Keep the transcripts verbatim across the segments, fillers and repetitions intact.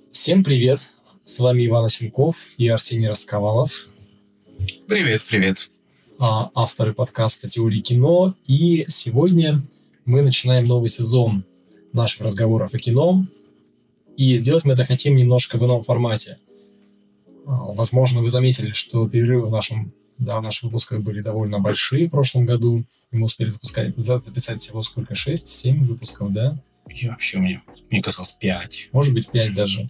Всем привет! С вами Иван Осенков и Арсений Расковалов. Привет, привет. Авторы подкаста «Теории кино». И сегодня мы начинаем новый сезон наших разговоров о кино. И сделать мы это хотим немножко в ином формате. Возможно, вы заметили, что перерывы в нашем, да, в наших выпусках были довольно большие в прошлом году. И мы успели запускать, записать всего сколько? шесть-семь выпусков, да? Я вообще, мне, мне казалось, пять. Может быть, пять даже.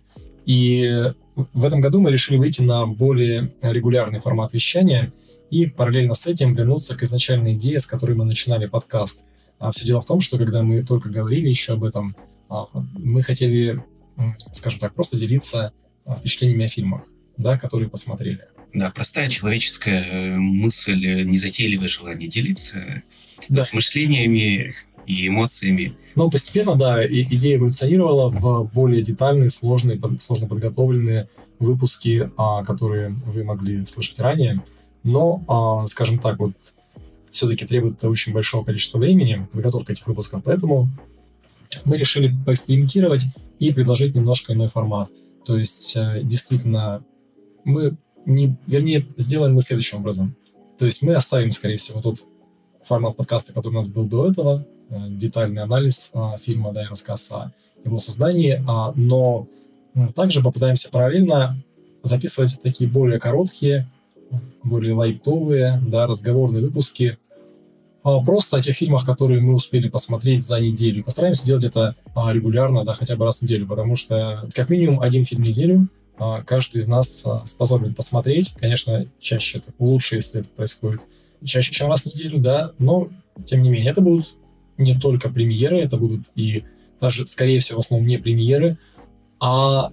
И в этом году мы решили выйти на более регулярный формат вещания и параллельно с этим вернуться к изначальной идее, с которой мы начинали подкаст. А все дело в том, что когда мы только говорили еще об этом, мы хотели, скажем так, просто делиться впечатлениями о фильмах, да, которые посмотрели. Да, простая человеческая мысль, незатейливое желание делиться да. с мышлениями и эмоциями. Но постепенно, да, и идея эволюционировала в более детальные, сложные, сложно подготовленные выпуски, которые вы могли слышать ранее. Но, скажем так, вот все-таки требует очень большого количества времени подготовка этих выпусков, поэтому мы решили поэкспериментировать и предложить немножко иной формат. То есть, действительно, мы не, вернее, сделаем мы следующим образом. То есть мы оставим, скорее всего, тот формат подкаста, который у нас был до этого, детальный анализ а, фильма, да, и рассказ о его создании, а, но а, также попытаемся параллельно записывать такие более короткие, более лайтовые, да, разговорные выпуски а, просто о тех фильмах, которые мы успели посмотреть за неделю. Постараемся делать это а, регулярно, да, хотя бы раз в неделю, потому что как минимум один фильм в неделю а, каждый из нас а, способен посмотреть. Конечно, чаще это лучше, если это происходит чаще, чем раз в неделю, да, но тем не менее это будут не только премьеры, это будут и даже, скорее всего, в основном не премьеры, а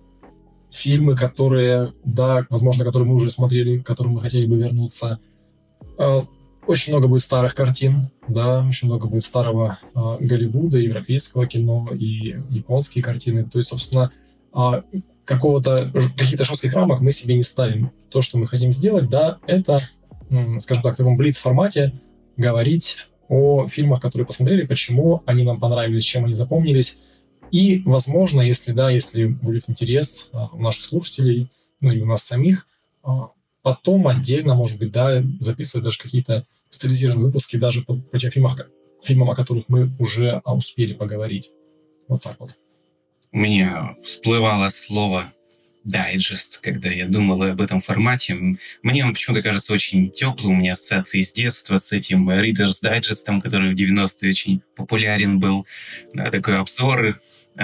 фильмы, которые, да, возможно, которые мы уже смотрели, к которым мы хотели бы вернуться. Очень много будет старых картин, да, очень много будет старого Голливуда, европейского кино и японские картины. То есть, собственно, какого-то, каких-то жестких рамок мы себе не ставим. То, что мы хотим сделать, да, это, скажем так, в таком блиц-формате говорить о фильмах, которые посмотрели, почему они нам понравились, чем они запомнились. И, возможно, если да, если будет интерес а, у наших слушателей, ну и у нас самих, а, потом отдельно, может быть, да, записывать даже какие-то специализированные выпуски даже по, по тем фильмам, фильмам, о которых мы уже а, успели поговорить. Вот так вот. У меня всплывало слово дайджест, когда я думал об этом формате. Мне он почему-то кажется очень теплым. У меня ассоциации с детства с этим Reader's Digest, который в девяностые очень популярен был. Да, такой обзор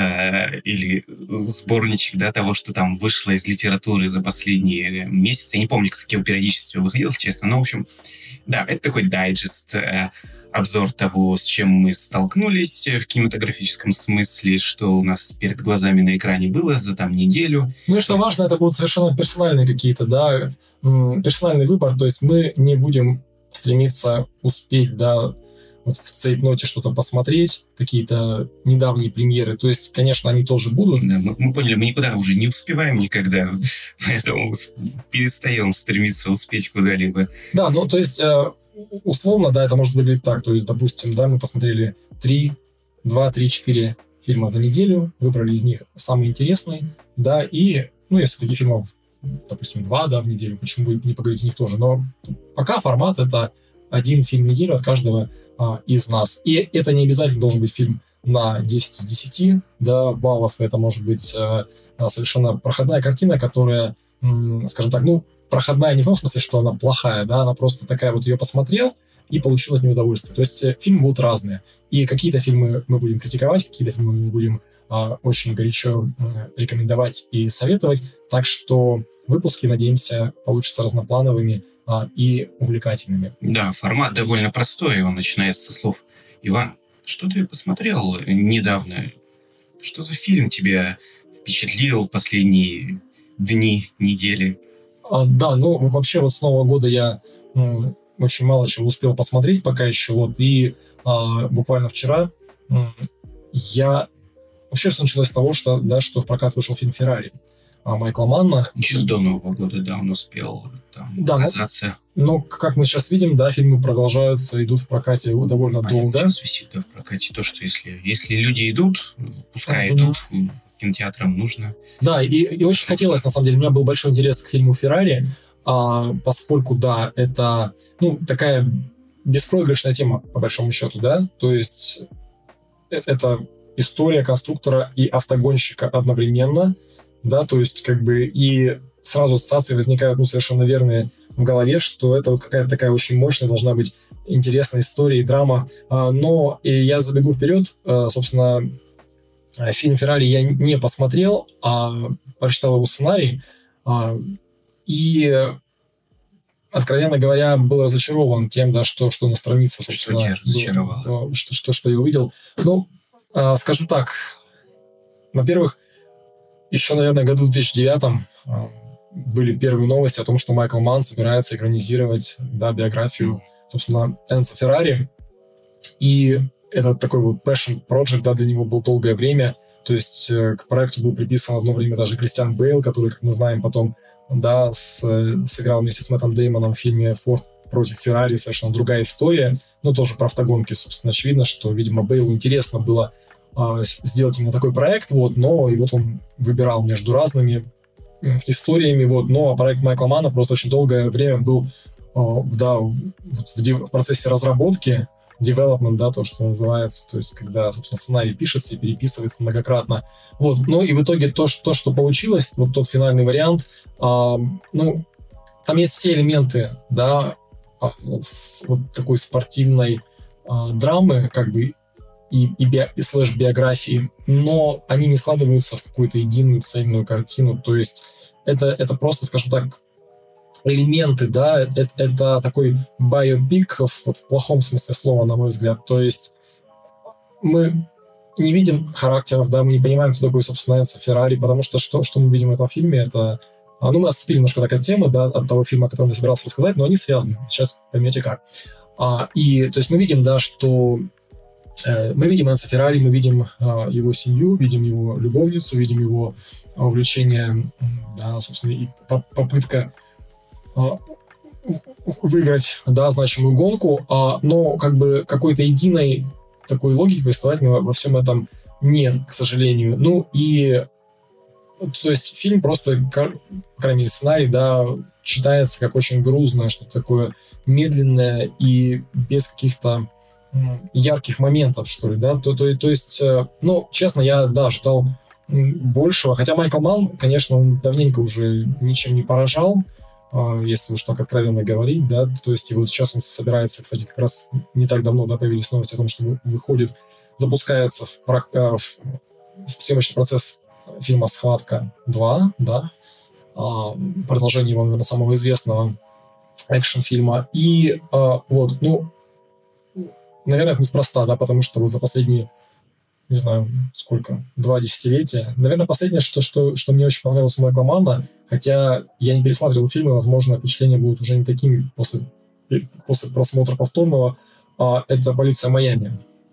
э, или сборничек, да, того, что там вышло из литературы за последние месяцы. Я не помню, с каким периодичеством выходил, честно. Но, в общем, да, это такой дайджест, э, обзор того, с чем мы столкнулись в кинематографическом смысле, что у нас перед глазами на экране было за там неделю. Ну и что важно, это будут совершенно персональные какие-то, да, персональный выбор, то есть мы не будем стремиться успеть, да, вот в цейтноте что-то посмотреть, какие-то недавние премьеры, то есть, конечно, они тоже будут. Да, мы, мы поняли, мы никуда уже не успеваем никогда, поэтому перестаем стремиться успеть куда-либо. Да, ну то есть... Условно, да, это может выглядеть так. То есть, допустим, да, мы посмотрели три, два, три, четыре фильма за неделю, выбрали из них самые интересные, да, и, ну, если таких фильмов, допустим, два, да, в неделю, почему бы не поговорить о них тоже. Но пока формат — это один фильм в неделю от каждого а, из нас. И это не обязательно должен быть фильм на десять из десяти, да, баллов. Это может быть а, совершенно проходная картина, которая, м, скажем так, ну, проходная не в том смысле, что она плохая, да, она просто такая вот, ее посмотрел и получил от нее удовольствие. То есть фильмы будут разные. И какие-то фильмы мы будем критиковать, какие-то фильмы мы будем а, очень горячо а, рекомендовать и советовать. Так что выпуски, надеемся, получатся разноплановыми а, и увлекательными. Да, формат довольно простой. Он начинается со слов: «Иван, что ты посмотрел недавно? Что за фильм тебя впечатлил в последние дни, недели?» А, да, ну вообще вот с Нового года я м, очень мало чего успел посмотреть пока еще. Вот, и а, буквально вчера м, я... Вообще все началось с того, что, да, что в прокат вышел фильм «Феррари» а, Майкла Манна. Еще и... до Нового года, да, он успел там да, оказаться. Но, но, как мы сейчас видим, да, фильмы продолжаются, идут в прокате довольно а долго. Сейчас висит, да, в прокате то, что если, если люди идут, пускай mm-hmm. идут... кинотеатрам нужно. Да, и, и очень хотелось, на самом деле, у меня был большой интерес к фильму «Феррари», а, поскольку, да, это, ну, такая беспроигрышная тема, по большому счету, да, то есть это история конструктора и автогонщика одновременно, да, то есть как бы и сразу ассоциации возникают, ну, совершенно верные в голове, что это вот какая-то такая очень мощная должна быть интересная история и драма. А, но и я забегу вперед, а, собственно, фильм «Феррари» я не посмотрел, а прочитал его сценарий, а, и, откровенно говоря, был разочарован тем, да, что, что на странице, собственно... Что тебя разочаровало? Что, что, что я увидел. Ну, а, скажем так, во-первых, еще, наверное, году в две тысячи девятом а, были первые новости о том, что Майкл Манн собирается экранизировать, да, биографию, собственно, Энцо Феррари. И это такой вот passion project, да, для него был долгое время. То есть э, к проекту был приписан одно время даже Кристиан Бейл, который, как мы знаем, потом, да, с, сыграл вместе с Мэттом Деймоном в фильме «Форд против Феррари», совершенно другая история, но тоже про автогонки, собственно, очевидно, что, видимо, Бейлу интересно было э, сделать именно такой проект, вот, но и вот он выбирал между разными историями, вот, но проект Майкла Манна просто очень долгое время был, э, да, в, в процессе разработки, development, да, то, что называется, то есть когда, собственно, сценарий пишется и переписывается многократно. Вот, ну и в итоге то, что, то, что получилось, вот тот финальный вариант, а, ну, там есть все элементы, да, с, вот такой спортивной а, драмы, как бы, и, и, би, и слэш-биографии, но они не складываются в какую-то единую цельную картину, то есть это, это просто, скажем так, элементы, да, это, это такой биопик вот в плохом смысле слова, на мой взгляд. То есть мы не видим характеров, да, мы не понимаем, кто такой, собственно, Энцо Феррари, потому что что, что мы видим в этом фильме, это... Ну, мы отступили немножко так от темы, да, от того фильма, о котором я собирался рассказать, но они связаны. Сейчас поймете как. А, и, то есть мы видим, да, что... Э, мы видим Энцо Феррари, мы видим э, его семью, видим его любовницу, видим его увлечение, да, собственно, и попытка выиграть, да, значимую гонку, а, но как бы какой-то единой такой логики повествовательной во всем этом нет, к сожалению. Ну и, то есть фильм просто, по крайней мере, сценарий, да, читается как очень грузное, что-то такое медленное и без каких-то ярких моментов, что ли, да, то, то, то есть, ну, честно, я, да, ждал большего, хотя Майкл Манн, конечно, он давненько уже ничем не поражал, если уж так откровенно говорить, да, то есть и вот сейчас он собирается, кстати, как раз не так давно, да, появились новости о том, что выходит, запускается в, в съемочный процесс фильма «Схватка два», да, продолжение его, наверное, самого известного экшн-фильма, и вот, ну, наверное, это неспроста, да, потому что вот за последние, не знаю, сколько, два десятилетия, наверное, последнее, что, что, что мне очень понравилось у Майкла Манна, хотя я не пересматривал фильмы, возможно, впечатления будут уже не такими после, после просмотра повторного, а это «Полиция Майами».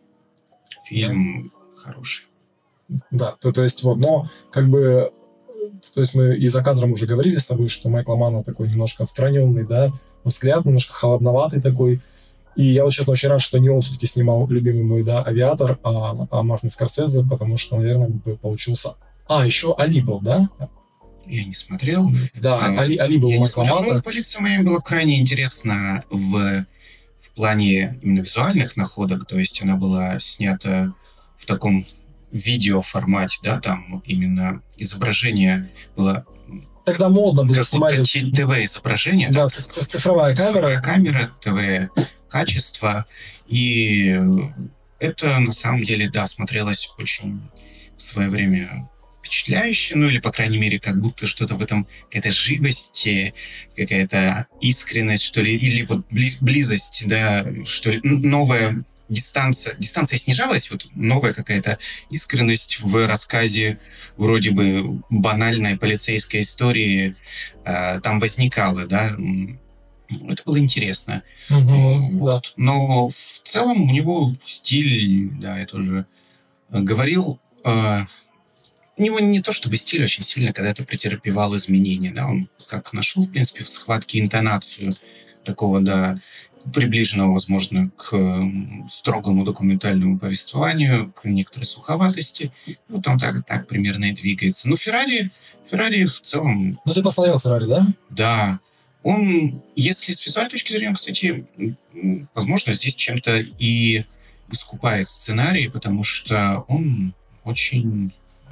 Фильм да. Хороший. Да, то, то есть вот, но как бы, то есть мы и за кадром уже говорили с тобой, что Майкла Манна такой немножко отстраненный, да, взгляд немножко холодноватый такой. И я вот, честно, очень рад, что не он все-таки снимал любимый мой, да, «Авиатор», а, а Мартин Скорсезе, потому что, наверное, бы получился... А, еще «Али» был, да? Я не смотрел. Да, а, «Али», «Али» был у Майкла Манна. «Полиция Майами» была крайне интересна в, в плане именно визуальных находок, то есть она была снята в таком видеоформате, да, там именно изображение было... Тогда модно было снимать... ТВ-изображение. Да, цифровая камера. Цифровая камера, ТВ... качество, и это на самом деле, да, смотрелось очень в свое время впечатляюще, ну или, по крайней мере, как будто что-то в этом, какая-то живость, какая-то искренность, что ли, или вот близ, близость, да, что ли, новая дистанция, дистанция снижалась, вот новая какая-то искренность в рассказе вроде бы банальной полицейской истории э, там возникала, да. Это было интересно. Mm-hmm, вот. да. Но в целом у него стиль, да, я тоже говорил, э, у него не то чтобы стиль очень сильно когда-то претерпевал изменения, да, он как нашел, в принципе, в «Схватке» интонацию такого, да, приближенного, возможно, к строгому документальному повествованию, к некоторой суховатости. Вот он так, так примерно и двигается. Ну, Феррари, Феррари в целом... Ну, ты посмотрел Феррари, да? Да. Он, если с визуальной точки зрения, кстати, возможно, здесь чем-то и искупает сценарий, потому что он очень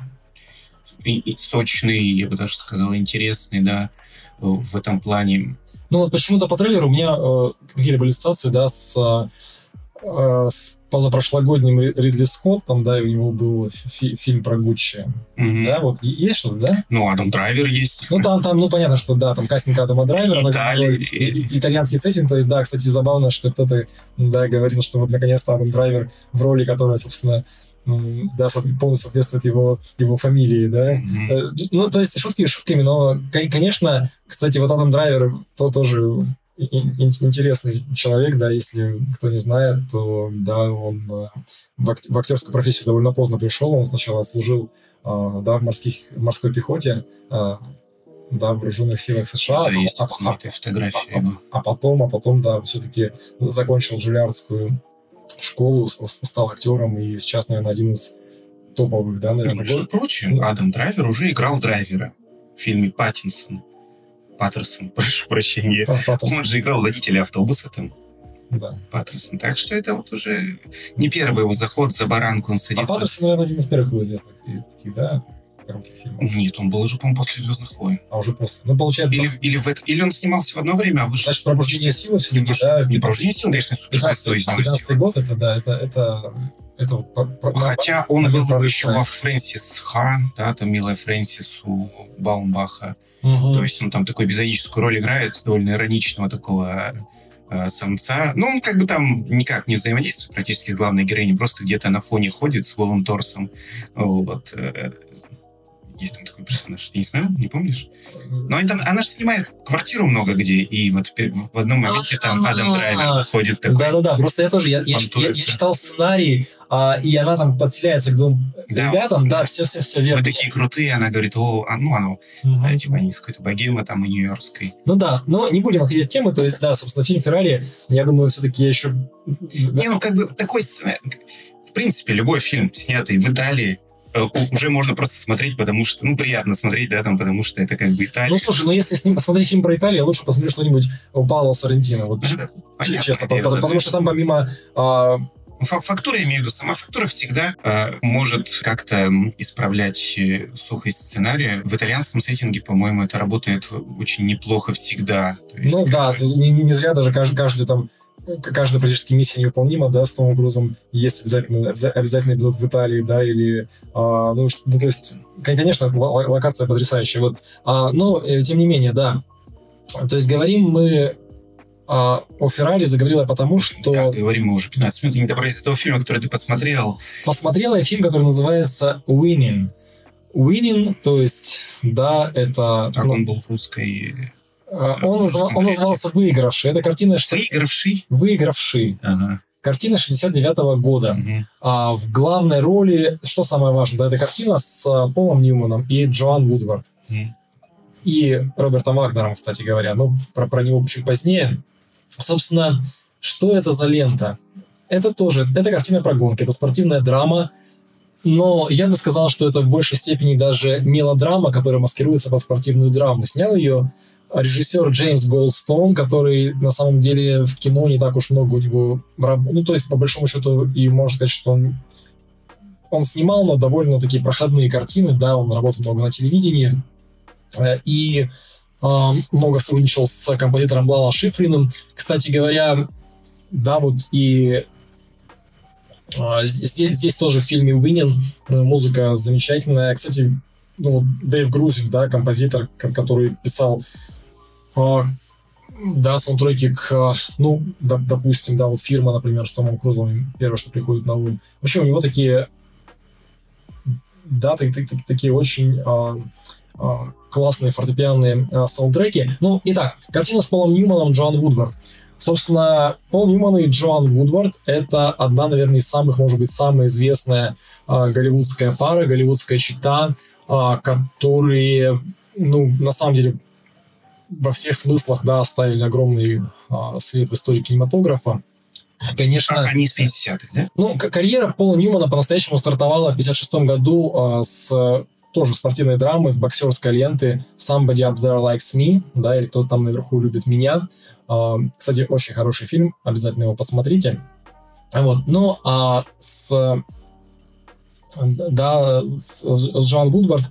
и, и сочный, я бы даже сказал, интересный, да, в этом плане. Ну вот почему-то по трейлеру у меня э, какие-то были ассоциации, да, с, э, с позапрошлогодним Ридли Скоттом, да, и у него был фи- фильм про Гуччи. Mm-hmm. Да, вот есть что-то, да? Ну, Адам Драйвер есть. Ну, там, там, ну, понятно, что, да, там кастинг Адама Драйвера. Италия. И, итальянский сеттинг, то есть, да, кстати, забавно, что кто-то, да, говорил, что вот наконец-то Адам Драйвер в роли, которая, собственно, да, полностью соответствует его, его фамилии, да. Mm-hmm. Ну, то есть, шутки шутками, но, конечно, кстати, вот Адам Драйвер, то тоже интересный человек, да, если кто не знает, то, да, он в актерскую профессию довольно поздно пришел, он сначала служил, да, в морских, в морской пехоте, да, в вооруженных силах США. Да, есть а, знаменитая фотография а, его. А, а потом, а потом, да, все-таки закончил Джульярдскую школу, стал актером и сейчас, наверное, один из топовых, да, наверное. Между прочим, ну, Адам Драйвер уже играл драйвера в фильме «Паттинсон». Паттерсон, прошу прощения. Паттерсон. Он же играл водителя автобуса там. Да. Паттерсон. Так что это вот уже не первый его заход за баранку. Он садится. А Паттерсон, наверное, один из первых его известных таких, да, громких фильмов. Нет, он был уже, по-моему, после «Звездных войн». А уже после. Ну, получается... Или, или, в это, или он снимался в одно время, а вышел... Значит, «Пробуждение силы» все-таки, да? Не «Пробуждение силы», конечно, суперзвездой из него. пятнадцатый год, это, да, это... это... Это вот, про, Хотя он был прорыв, еще во Фрэнсис Ха, да, там «Милая Фрэнсис» у Баумбаха. Угу. То есть он там такую эпизодическую роль играет, довольно ироничного такого э, самца. Ну, он как бы там никак не взаимодействует практически с главной героиней, просто где-то на фоне ходит с голым торсом. Вот. Э, есть там такой персонаж. Ты не смотрел? Не помнишь? Но она, там, она же снимает квартиру много где, и вот в одном моменте там Адам Драйвер ходит такой. Да-да-да, просто я тоже, я, я, я, я читал сценарий, а, и она там подселяется к двум да, ребятам, да, все-все-все верно. Мы такие крутые, она говорит, о, а, ну, оно, угу. да, типа, они из какой-то богемы там и нью-йоркской. Ну да, но не будем отходить от темы, то есть, да, собственно, фильм «Феррари», я думаю, все-таки я еще... Не, ну, как бы, такой, в принципе, любой фильм, снятый в Италии, уже можно просто смотреть, потому что, ну, приятно смотреть, да, там, потому что это как бы Италия. Ну, слушай, ну, если с ним посмотреть фильм про Италию, лучше посмотреть что-нибудь у Паула Соррентино, вот, да, честно, дело, потому, да, потому что там помимо... А... Фактура, я имею в виду, сама фактура всегда э, может как-то исправлять сухость сценария. В итальянском сеттинге, по-моему, это работает очень неплохо всегда. То есть, ну, да, не, не зря даже каждый, каждый там каждая практически миссия невыполнима, да, с Томом Крузом есть обязательно, обязательный эпизод в Италии, да, или, а, ну, ну, то есть, конечно, локация потрясающая, вот, а, но, тем не менее, да, то есть говорим мы а, о Феррари, заговорил я потому, что... Да, говорим мы уже пятнадцать минут, не добрались до того фильма, который ты посмотрел. Посмотрел я фильм, который называется «Winning». «Winning», то есть, да, это... Как ну, он был в русской... Он, называл, он назывался «Выигравший». Это картина... Выигравший? Выигравший. Ага. Картина шестьдесят девятого года. Угу. А, в главной роли, что самое важное, да, это картина с Полом Ньюманом и Джоан Вудвард. Угу. И Робертом Вагнером, кстати говоря. Ну, про, про него чуть позднее. Собственно, что это за лента? Это тоже... Это картина про гонки. Это спортивная драма. Но я бы сказал, что это в большей степени даже мелодрама, которая маскируется под спортивную драму. Снял ее режиссер Джеймс Голдстоун, который на самом деле в кино не так уж много у него работ... Ну, то есть, по большому счету, и можно сказать, что он, он снимал, но довольно такие проходные картины, да, он работал много на телевидении, и э, много сотрудничал с композитором Лало Шифриным. Кстати говоря, да, вот и э, здесь, здесь тоже в фильме «Winning» музыка замечательная. Кстати, ну, Дэйв Грузин, да, композитор, который писал Uh, да, саундтреки к, ну, да, допустим, да, вот «Фирма», например, с Томом Крузом, первое, что приходит на ум. Вообще у него такие, да, так, так, так, такие очень uh, uh, классные фортепианные uh, саундтреки. Ну, итак, картина с Полом Ньюманом, Джоан Вудвард. Собственно, Пол Ньюман и Джоан Вудвард — это одна, наверное, из самых, может быть, самая известная uh, голливудская пара, голливудская чета, uh, которые, ну, на самом деле, во всех смыслах, да, оставили огромный а, след в истории кинематографа. Конечно... А, они из пятидесятых, да? Ну, карьера Пола Ньюмана по-настоящему стартовала в пятьдесят шестом году а, с тоже спортивной драмы, с боксерской ленты «Somebody Up There Likes Me», да, или «Кто-то там наверху любит меня». А, кстати, очень хороший фильм, обязательно его посмотрите. Вот. Ну, а с... Да, с, с Джоан Вудвард,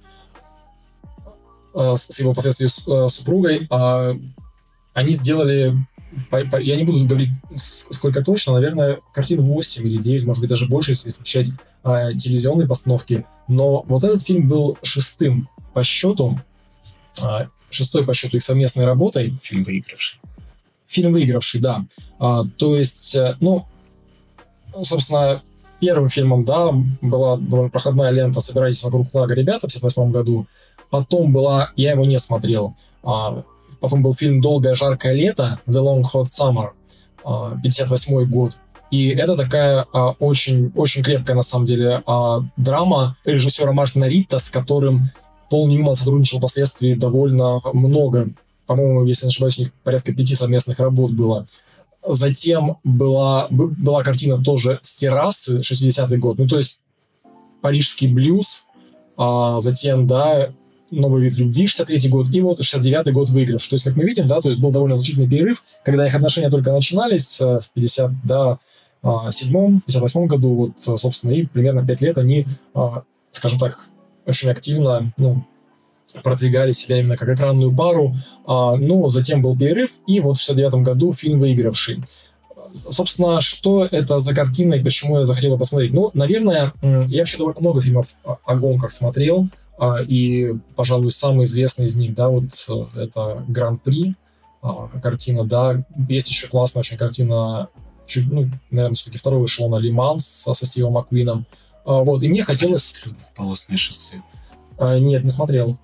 с его впоследствии супругой, они сделали, я не буду говорить сколько точно, наверное, картин восемь или девять, может быть, даже больше, если включать телевизионные постановки. Но вот этот фильм был шестым по счету, шестой по счету их совместной работой. Фильм выигравший. Фильм выигравший, да. То есть, ну, собственно, первым фильмом, да, была, была проходная лента «Собирайтесь вокруг флага, ребята» в пятьдесят восьмом году. Потом была, я его не смотрел, а, потом был фильм «Долгое жаркое лето», «The Long Hot Summer», а, пятьдесят восьмой год. И это такая а, очень, очень крепкая, на самом деле, а, драма режиссера Мартина Ритта, с которым Пол Ньюман сотрудничал впоследствии довольно много. По-моему, если не ошибаюсь, у них порядка пяти совместных работ было. Затем была, была картина тоже с террасы, шестидесятый год, ну то есть парижский блюз, а затем, да, «Новый вид любви», шестьдесят третий год, и вот шестьдесят девятый год выигравший. То есть, как мы видим, да, то есть был довольно значительный перерыв, когда их отношения только начинались в пятьдесят седьмом — пятьдесят восьмом году, вот, собственно, и примерно пять лет они, скажем так, очень активно, ну, продвигали себя именно как экранную пару, а, но затем был перерыв, и вот в шестьдесят девятом году фильм «Выигравший». Собственно, что это за картина и почему я захотел посмотреть? Ну, наверное, я вообще довольно много фильмов о гонках смотрел, а, и, пожалуй, самый известный из них, да, вот это «Гран-при», а, картина, да. Есть еще классная очень картина, чуть, ну, наверное, все-таки второго эшелона «Ле-Манс» со Стивом Маккуином. А, вот, и мне хотелось... «Полосные шоссе». А, нет, не смотрел.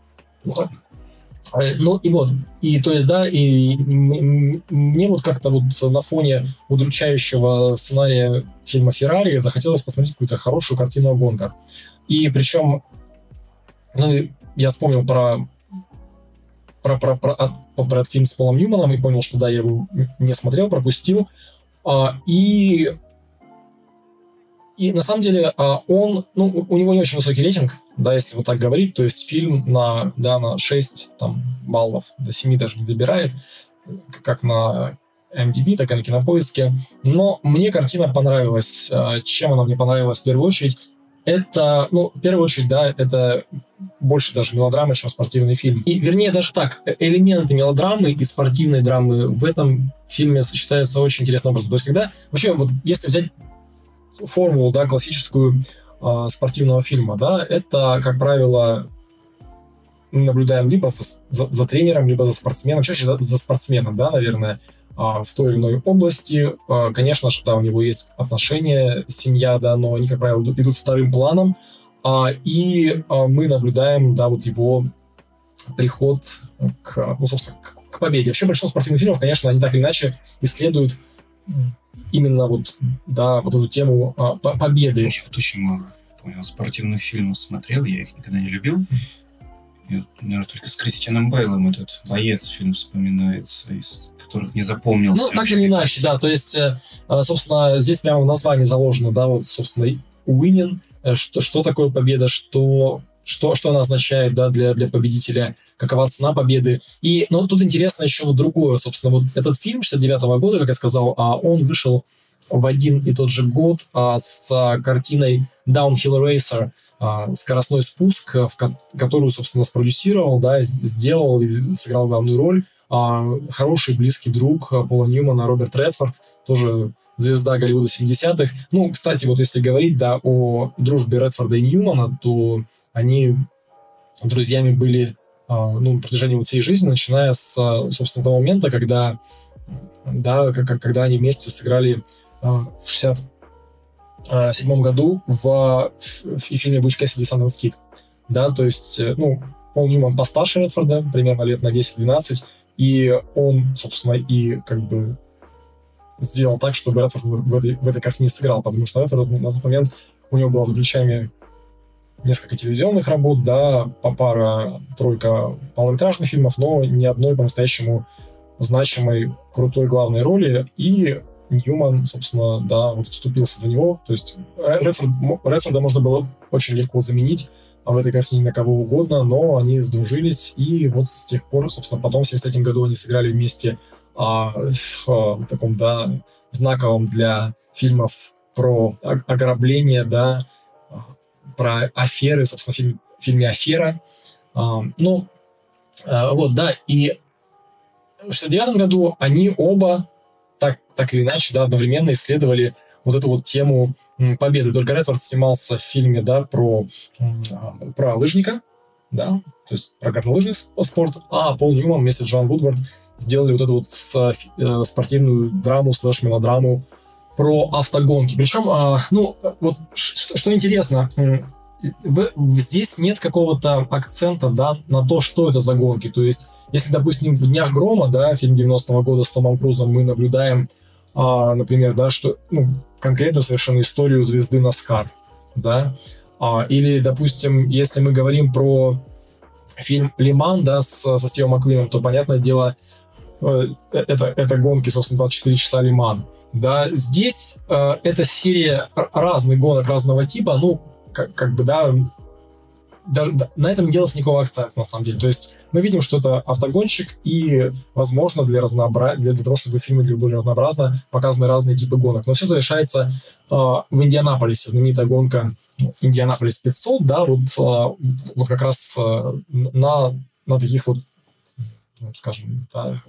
Ну и вот, и то есть, да, и мне вот как-то вот на фоне удручающего сценария фильма «Феррари» захотелось посмотреть какую-то хорошую картину о гонках. И причем, ну, я вспомнил про, про, про, про, про этот фильм с Полом Ньюманом и понял, что да, я его не смотрел, пропустил. И... И на самом деле он, ну, у него не очень высокий рейтинг, да, если вот так говорить, то есть фильм на, да, на шесть там, баллов, до семи даже не добирает, как на эм ди би, так и на Кинопоиске. Но мне картина понравилась. Чем она мне понравилась в первую очередь? Это, ну, в первую очередь, да, это больше даже мелодрамы, чем спортивный фильм. И, вернее, даже так, элементы мелодрамы и спортивной драмы в этом фильме сочетаются очень интересным образом. То есть, когда, вообще, вот, если взять формулу, да, классическую э, спортивного фильма, да, это, как правило, мы наблюдаем либо за, за, за тренером, либо за спортсменом, чаще за, за спортсменом, да, наверное, э, в той или иной области. Э, конечно же, да, у него есть отношения, семья, да, но они, как правило, идут вторым планом, э, и э, мы наблюдаем, да, вот его приход к, ну, собственно, к, к победе. Вообще, большинство спортивных фильмов, конечно, они так или иначе исследуют именно вот, да, вот эту тему а, победы. Я вот очень мало, понял, спортивных фильмов смотрел, я их никогда не любил. И вот, наверное, только с Кристианом Бейлом этот «Боец» фильм вспоминается, из которых не запомнился. Ну, так или иначе, да, то есть, собственно, здесь прямо в названии заложено, да, вот, собственно, winning, что, что такое победа, что... Что, что она означает, да, для, для победителя, какова цена победы. И, ну, тут интересно еще вот другое, собственно, вот этот фильм шестьдесят девятого года, как я сказал, он вышел в один и тот же год с картиной Downhill Racer, скоростной спуск, в которую, собственно, спродюсировал, да, сделал и сыграл главную роль хороший близкий друг Пола Ньюмана Роберт Редфорд, тоже звезда Голливуда семидесятых. Ну, кстати, вот если говорить, да, о дружбе Редфорда и Ньюмана, то они друзьями были, ну, на протяжении вот всей жизни, начиная с, собственно, того момента, когда, да, когда они вместе сыграли в шестьдесят седьмом году в, в фильме «Буч Кэссиди Санденс Кид». Да, то есть, ну, Пол Ньюман постарше Редфорда, примерно лет на десять-двенадцать, и он, собственно, и как бы сделал так, чтобы Редфорд в этой, в этой картине сыграл, потому что Редфорд на тот момент, у него была за плечами несколько телевизионных работ, да, по пара-тройка полнометражных фильмов, но ни одной по-настоящему значимой, крутой главной роли. И Ньюман, собственно, да, вот вступился за него. То есть Редфорд, Редфорда можно было очень легко заменить в этой картине на кого угодно, но они сдружились, и вот с тех пор, собственно, потом в семьдесят третьем году они сыграли вместе а, в а, таком, да, знаковом для фильмов про ограбление, да, про аферы, собственно, фильм, в фильме «Афера». А, ну, а, вот, да, и в шестьдесят девятом году они оба так, так или иначе, да, одновременно исследовали вот эту вот тему победы. Только Редфорд снимался в фильме, да, про, про лыжника, да, то есть про горнолыжный спорт, а Пол Ньюман вместе с Джоан Вудвард сделали вот эту вот с, э, спортивную драму, слэш-мелодраму про автогонки. Причем, э, ну, вот что, что интересно, э, в, в, здесь нет какого-то акцента, да, на то, что это за гонки. То есть, если, допустим, в «Днях грома», да, фильм девяностого года с Томом Крузом, мы наблюдаем, э, например, да, что, ну, конкретную совершенно историю звезды Наскар, да, а, или, допустим, если мы говорим про фильм «Лиман», да, с, со Стивом Маккуином, то, понятное дело, э, это, это гонки, собственно, двадцать четыре часа Лиман, да, здесь э, это серия разных гонок разного типа, ну, как, как бы, да, даже да, на этом не делается никакого акцента, на самом деле. То есть мы видим, что это автогонщик, и, возможно, для, разнообра... для, для того, чтобы фильмы были более разнообразно, показаны разные типы гонок. Но все завершается э, в Индианаполисе. Знаменитая гонка Индианаполис пятьсот, да, вот, э, вот как раз э, на, на таких вот, ну, скажем, да,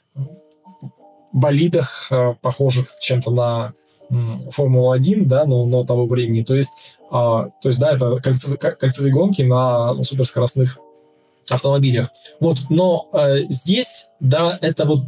болидах, э, похожих чем-то на Формулу один, да, но, но того времени. То есть, а, то есть, да, это кольцевые, кольцевые гонки на, на суперскоростных автомобилях. Вот, но э, здесь, да, это вот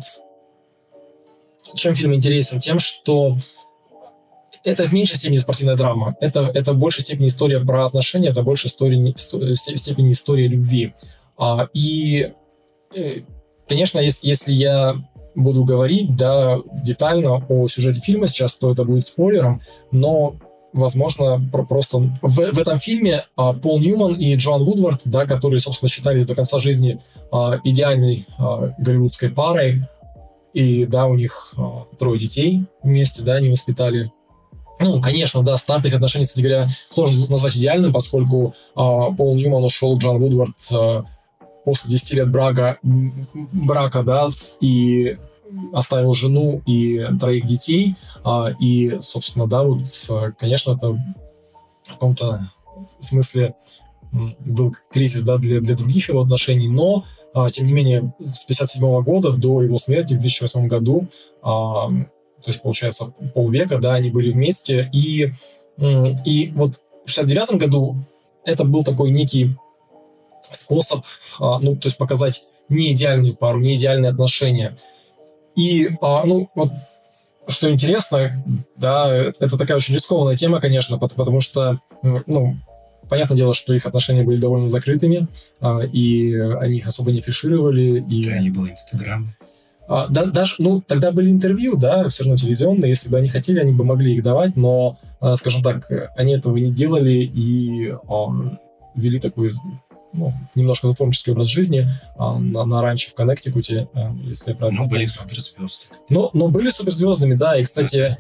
чем фильм интересен? Тем, что это в меньшей степени спортивная драма. Это, это в большей степени история про отношения, это в большей истории, степени история любви. А, и, э, конечно, если, если я буду говорить, да, детально о сюжете фильма сейчас, то это будет спойлером, но, возможно, про- просто в, в этом фильме а, Пол Ньюман и Джоан Вудвард, да, которые, собственно, считались до конца жизни а, идеальной а, голливудской парой, и, да, у них а, трое детей вместе, да, они воспитали. Ну, конечно, да, старт их отношений, кстати говоря, сложно назвать идеальным, поскольку а, Пол Ньюман ушел Джоан Вудвард а, после десяти лет брака, брака, да, и оставил жену и троих детей, и, собственно, да, вот, конечно, это в каком-то смысле был кризис, да, для, для других его отношений, но, тем не менее, с пятьдесят седьмого года до его смерти в две тысячи восьмом году, то есть, получается, полвека, да, они были вместе, и, и вот в шестьдесят девятом году это был такой некий способ, ну, то есть показать не идеальную пару, не идеальные отношения. И, ну, вот, что интересно, да, это такая очень рискованная тема, конечно, потому что, ну, понятное дело, что их отношения были довольно закрытыми, и они их особо не афишировали. И... Да, не было Инстаграма. Да, даже, ну, тогда были интервью, да, все равно телевизионные, если бы они хотели, они бы могли их давать, но, скажем так, они этого не делали и вели такой, ну, немножко затворнический образ жизни а, на, на ранчо в Коннектикуте, а, если я правильно Но помню. были суперзвезды. Но, но были суперзвездами, да, и, кстати...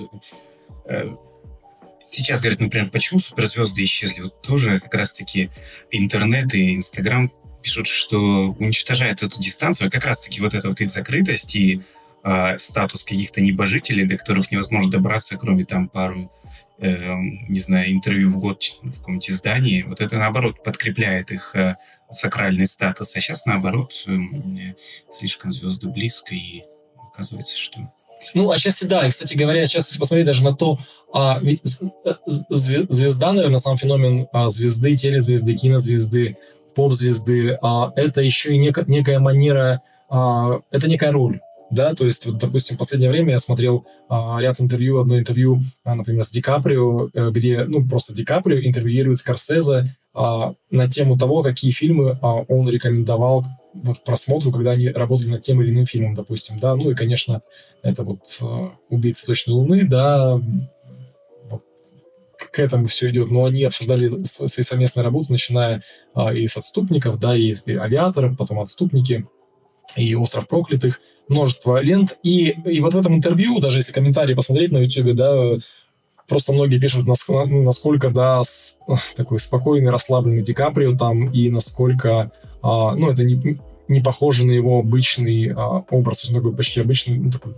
Сейчас говорят, например, почему суперзвезды исчезли? Вот тоже как раз-таки интернет и Инстаграм пишут, что уничтожает эту дистанцию, а как раз-таки вот эта вот их закрытость и э, статус каких-то небожителей, до которых невозможно добраться, кроме там пару не знаю, интервью в год в каком-нибудь издании, вот это, наоборот, подкрепляет их э, сакральный статус. А сейчас, наоборот, э, слишком звезды близко, и оказывается, что... Ну, отчасти да. И, кстати говоря, сейчас, если посмотреть даже на то, а, ведь звезда, наверное, сам феномен а, звезды, телезвезды, кинозвезды, поп-звезды, а, это еще и нек- некая манера, а, это некая роль. Да, то есть, вот, допустим, в последнее время я смотрел а, ряд интервью, одно интервью, а, например, с Ди Каприо, где, ну, просто Ди Каприо интервьюирует Скорсезе а, на тему того, какие фильмы а, он рекомендовал вот, к просмотру, когда они работали над тем или иным фильмом, допустим, да, ну и, конечно, это вот а, «Убийца точной Луны», да, вот, к этому все идет, но они обсуждали свои совместные работы, начиная а, и с «Отступников», да, и с «Авиаторов», потом «Отступники», и «Остров проклятых», множество лент. И, и вот в этом интервью, даже если комментарии посмотреть на YouTube, да, просто многие пишут, насколько, да, с, такой спокойный, расслабленный Ди Каприо там, и насколько, а, ну, это не, не похоже на его обычный а, образ, он такой почти обычный, ну, такой,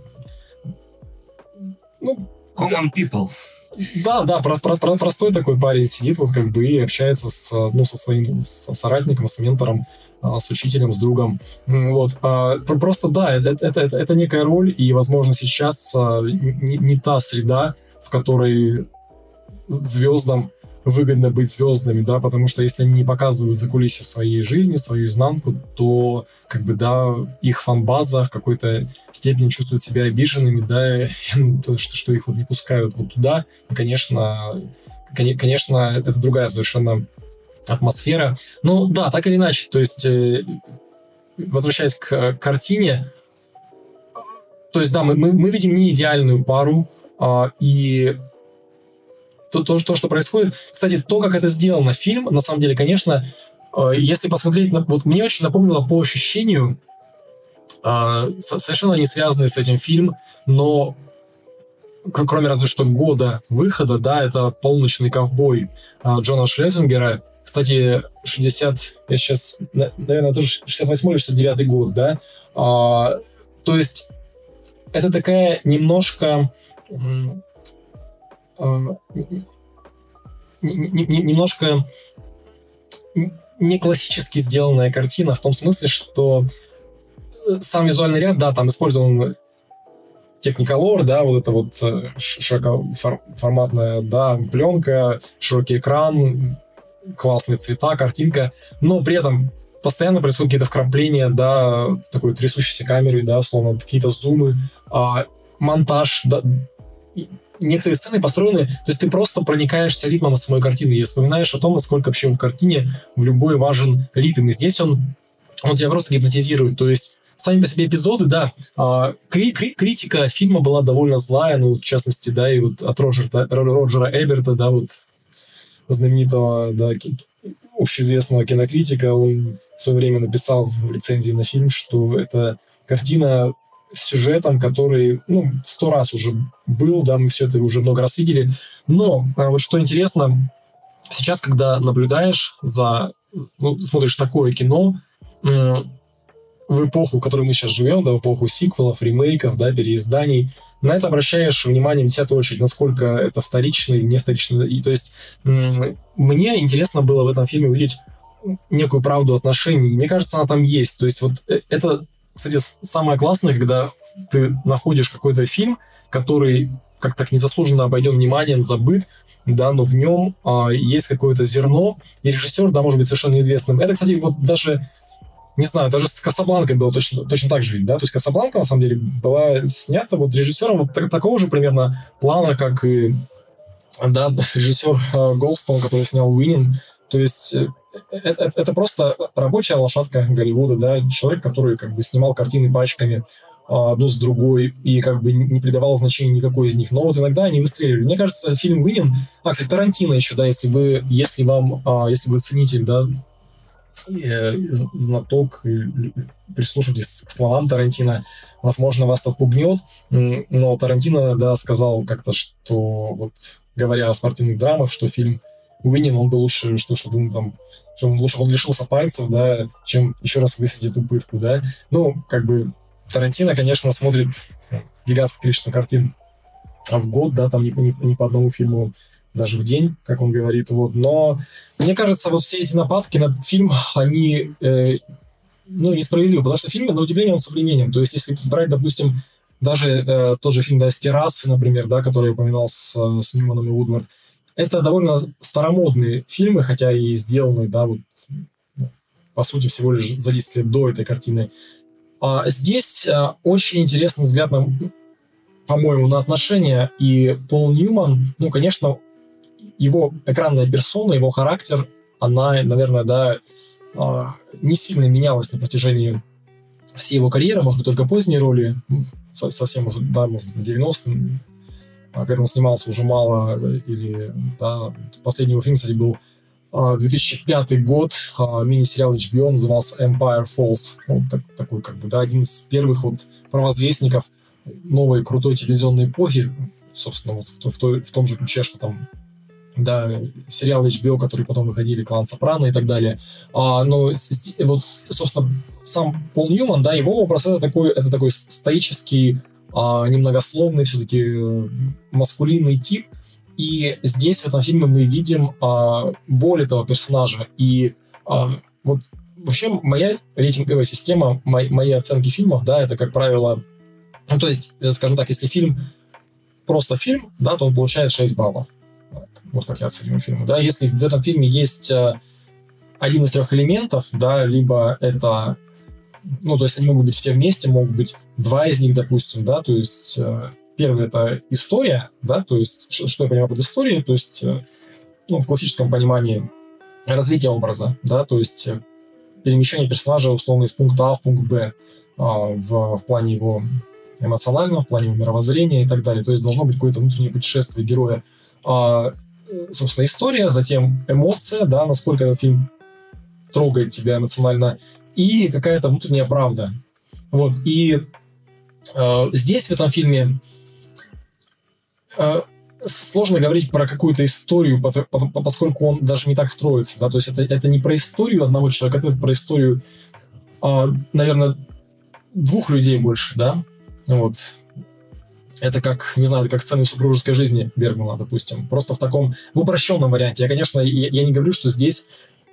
ну, common people. Да, да, про, про, про, простой такой парень сидит вот как бы и общается с, ну, со своим с соратником, с ментором, с учителем, с другом. Вот. Просто да, это, это, это, это некая роль, и, возможно, сейчас не, не та среда, в которой звездам выгодно быть звездами, да, потому что если они не показывают закулисье своей жизни, свою изнанку, то, как бы, да, их фан-база в какой-то степени чувствует себя обиженными, да, что, что их вот не пускают вот туда. И, конечно, конечно, это другая совершенно атмосфера. Но да, так или иначе, то есть, возвращаясь к картине, то есть, да, мы, мы, мы видим не идеальную пару, а, и То, то, то, что происходит. Кстати, то, как это сделано, фильм, на самом деле, конечно, э, если посмотреть... На, вот мне очень напомнило по ощущению, э, совершенно не связанный с этим фильм, но кроме разве что года выхода, да, это «Полночный ковбой» э, Джона Шлезингера. Кстати, шестьдесят... Я сейчас, наверное, тоже шестьдесят восьмой или шестьдесят девятый год, да? Э, то есть это такая немножко... немножко не классически сделанная картина в том смысле, что сам визуальный ряд, да, там использован Technicolor, да, вот это вот широкоформатная, да, пленка, широкий экран, классные цвета, картинка, но при этом постоянно происходят какие-то вкрапления, да, такой трясущейся камерой, да, словно какие-то зумы, а, монтаж, да, некоторые сцены построены, то есть ты просто проникаешься ритмом самой картины и вспоминаешь о том, насколько вообще в картине в любой важен ритм. И здесь он, он тебя просто гипнотизирует. То есть сами по себе эпизоды, да, кри- кри- критика фильма была довольно злая, ну, в частности, да, и вот от Роджера, Роджера Эберта, да, вот знаменитого, да, общеизвестного кинокритика, он в свое время написал в рецензии на фильм, что это картина с сюжетом, который, ну, сто раз уже был, да, мы все это уже много раз видели. Но вот что интересно, сейчас, когда наблюдаешь за, ну, смотришь такое кино м- в эпоху, в которой мы сейчас живем, да, в эпоху сиквелов, ремейков, да, переизданий, на это обращаешь внимание в десятую очередь, насколько это вторично и не вторично. И, то есть м- мне интересно было в этом фильме увидеть некую правду отношений. Мне кажется, она там есть. То есть вот это... Кстати, самое классное, когда ты находишь какой-то фильм, который как-то так незаслуженно обойден вниманием, забыт, да, но в нем а, есть какое-то зерно, и режиссер, да, может быть совершенно неизвестным. Это, кстати, вот даже, не знаю, даже с «Касабланкой» было точно, точно так же, да, то есть «Касабланка», на самом деле, была снята вот режиссером вот так, такого же примерно плана, как и, да, режиссер э, Голдстоун, который снял «Уиннинг». То есть Это, это просто рабочая лошадка Голливуда, да, человек, который как бы снимал картины пачками одну с другой и как бы не придавал значения никакой из них. Но вот иногда они выстреливали. Мне кажется, фильм «Уиннинг», а, кстати, Тарантино еще, да, если вы, если вам, если вы ценитель, да, знаток, прислушивайтесь к словам Тарантино, возможно, вас отпугнет, но Тарантино, да, сказал как-то, что вот, говоря о спортивных драмах, что фильм «Уиннинг», он был лучше, что, чтобы он там, что он лучше он лишился пальцев, да, чем еще раз высадить эту пытку, да. Ну, как бы, Тарантино, конечно, смотрит гигантское количество картин в год, да, там не, не, не по одному фильму даже в день, как он говорит, вот. Но мне кажется, вот все эти нападки на этот фильм, они, э, ну, несправедливы, потому что фильм, на удивление, он современен. То есть, если брать, допустим, даже э, тот же фильм, да, «С террасы», например, да, который я упоминал с, с Ньюманом и Вудвард, это довольно старомодные фильмы, хотя и сделаны, да, вот, по сути, всего лишь за десять лет до этой картины. А здесь а, очень интересный взгляд, на, по-моему, на отношения. И Пол Ньюман, ну, конечно, его экранная персона, его характер, она, наверное, да, а, не сильно менялась на протяжении всей его карьеры, может быть, только поздние роли, совсем, может, да, может, в девяностые, когда он снимался уже мало, или, да, последний его фильм, кстати, был две тысячи пятый год, мини-сериал эйч би о, назывался Empire Falls. Вот так, такой, как бы, да, один из первых вот провозвестников новой крутой телевизионной эпохи, собственно, вот в, в, той, в том же ключе, что там, да, сериал эйч би о, которые потом выходили, «Клан Сопрано» и так далее. А, но вот, собственно, сам Пол Ньюман, да, его образ — это такой, это такой стоический, а, немногословный, все-таки маскулинный тип. И здесь, в этом фильме, мы видим а, боль этого персонажа. И а, вот вообще моя рейтинговая система, мои, мои оценки фильмов, да, это, как правило, ну, то есть, скажем так, если фильм просто фильм, да, то он получает шесть баллов. Вот как я оцениваю фильм. Да. Если в этом фильме есть а, один из трех элементов, да, либо это, ну, то есть они могут быть все вместе, могут быть два из них, допустим, да, то есть... Первый — это история, да, то есть, что я понимаю под историей, то есть, ну, в классическом понимании развитие образа, да, то есть перемещение персонажа условно из пункта А в пункт Б а, в, в плане его эмоционального, в плане его мировоззрения и так далее. То есть должно быть какое-то внутреннее путешествие героя. А, собственно, история, затем эмоция, да, насколько этот фильм трогает тебя эмоционально, и какая-то внутренняя правда. Вот, и а, здесь, в этом фильме, сложно говорить про какую-то историю, поскольку он даже не так строится, да, то есть это, это не про историю одного человека, это про историю, наверное, двух людей больше, да, вот. Это как, не знаю, как сцены супружеской жизни Бергмана, допустим, просто в таком, в упрощенном варианте. Я, конечно, я, я не говорю, что здесь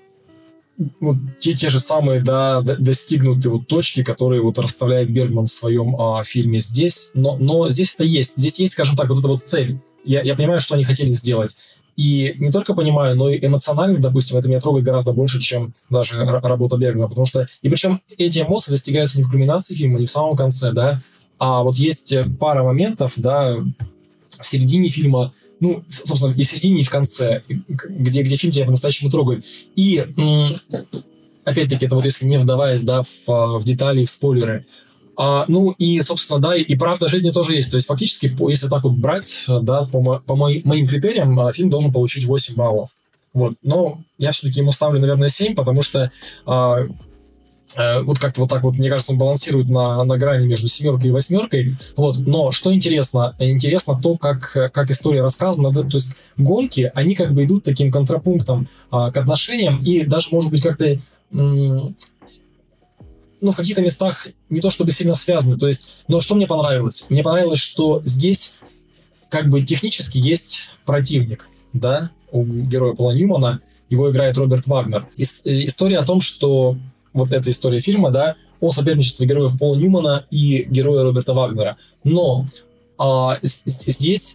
вот те, те же самые, да, достигнуты вот точки, которые вот расставляет Бергман в своем а, фильме здесь, но, но здесь это есть. Здесь есть, скажем так, вот эта вот цель. Я, я понимаю, что они хотели сделать. И не только понимаю, но и эмоционально, допустим, это меня трогает гораздо больше, чем даже работа Бергмана. Потому что, и причем эти эмоции достигаются не в кульминации фильма, не в самом конце, да, а вот есть пара моментов, да, в середине фильма, ну, собственно, и в середине, и в конце, где, где фильм тебя по-настоящему трогает. И, опять-таки, это вот если не вдаваясь, да, в, в детали, в спойлеры. А, ну, и, собственно, да, и, и правда жизни тоже есть. То есть, фактически, по, если так вот брать, да, по, по моим, моим критериям, фильм должен получить восемь баллов. Вот. Но я все-таки ему ставлю, наверное, семь, потому что... А, вот как-то вот так вот, мне кажется, он балансирует на, на грани между семеркой и восьмеркой. Вот. Но что интересно? Интересно то, как, как история рассказана. Да? То есть гонки, они как бы идут таким контрапунктом а, к отношениям, и даже, может быть, как-то м- ну, в каких-то местах не то чтобы сильно связаны. То есть, но что мне понравилось? Мне понравилось, что здесь как бы технически есть противник, да, у героя Пола Ньюмана. Его играет Роберт Вагнер. Ис- история о том, что вот эта история фильма, да, о соперничестве героев Пола Ньюмана и героя Роберта Вагнера. Но а, здесь,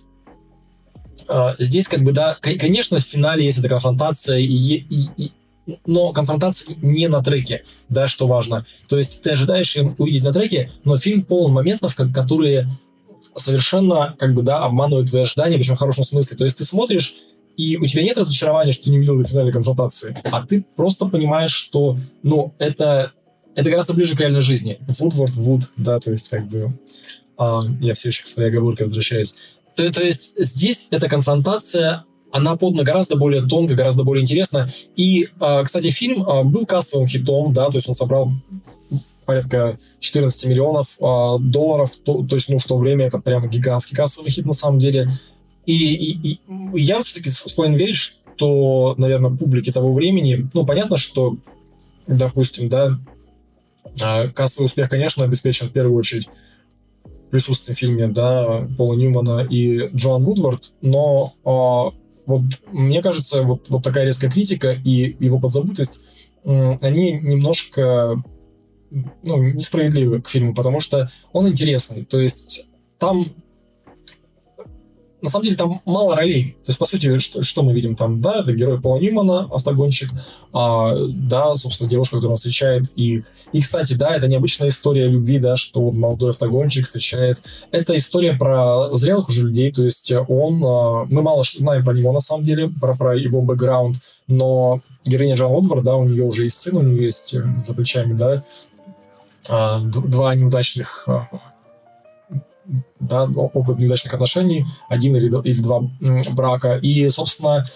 а, здесь как бы, да, конечно, в финале есть эта конфронтация, и, и, и, но конфронтация не на треке, да, что важно. То есть ты ожидаешь ее увидеть на треке, но фильм полон моментов, которые совершенно, как бы, да, обманывают твои ожидания, причем в хорошем смысле. То есть ты смотришь, и у тебя нет разочарования, что ты не увидел финальной конфронтации, а ты просто понимаешь, что, ну, это, это гораздо ближе к реальной жизни. Woodward Wood, да, то есть, как бы, а, я все еще к своей оговорке возвращаюсь. То, то есть, здесь эта конфронтация, она подана гораздо более тонко, гораздо более интересно. И, а, кстати, фильм а, был кассовым хитом, да, то есть он собрал порядка четырнадцать миллионов а, долларов, то, то есть, ну, в то время это прям гигантский кассовый хит на самом деле. И, и, и я все-таки склонен верить, что, наверное, публике того времени, ну, понятно, что, допустим, да, кассовый успех, конечно, обеспечен в первую очередь присутствием в фильме, да, Пола Ньюмана и Джоан Вудвард, но а, вот мне кажется, вот, вот такая резкая критика и его подзабытость, они немножко, ну, несправедливы к фильму, потому что он интересный, то есть там на самом деле там мало ролей. То есть, по сути, что, что мы видим там? Да, это герой Пола Ньюмана, автогонщик, а, да, собственно, девушка, которую он встречает. И, и, кстати, да, это необычная история любви, да, что молодой автогонщик встречает. Это история про зрелых уже людей, то есть он... А, мы мало что знаем про него, на самом деле, про, про его бэкграунд, но героиня Джоан Вудвард, да, у нее уже есть сын, у нее есть за плечами, да, а, два неудачных... А, да, опыт неудачных отношений, один или, или два брака. И, собственно,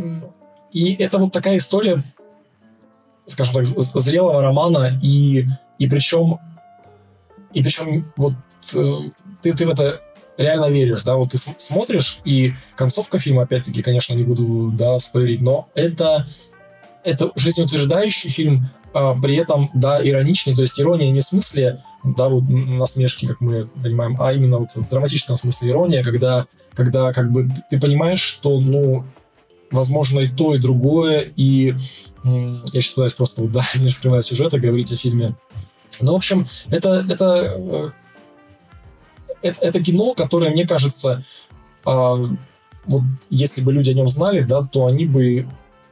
и это вот такая история, скажем так, зрелого романа, и, и причем, и причем вот ты, ты в это реально веришь, да, вот ты смотришь, и концовка фильма, опять-таки, конечно, не буду, да, спойлерить, но это, это жизнеутверждающий фильм, а, при этом, да, ироничный, то есть ирония не в смысле, да, вот насмешки, как мы понимаем, а именно вот в драматическом смысле ирония, когда, когда как бы ты понимаешь, что, ну, возможно и то, и другое, и м- я сейчас пытаюсь просто, да, не раскрывая сюжета, говорить о фильме. Ну, в общем, это, это, это, это кино, которое, мне кажется, а, вот если бы люди о нем знали, да, то они бы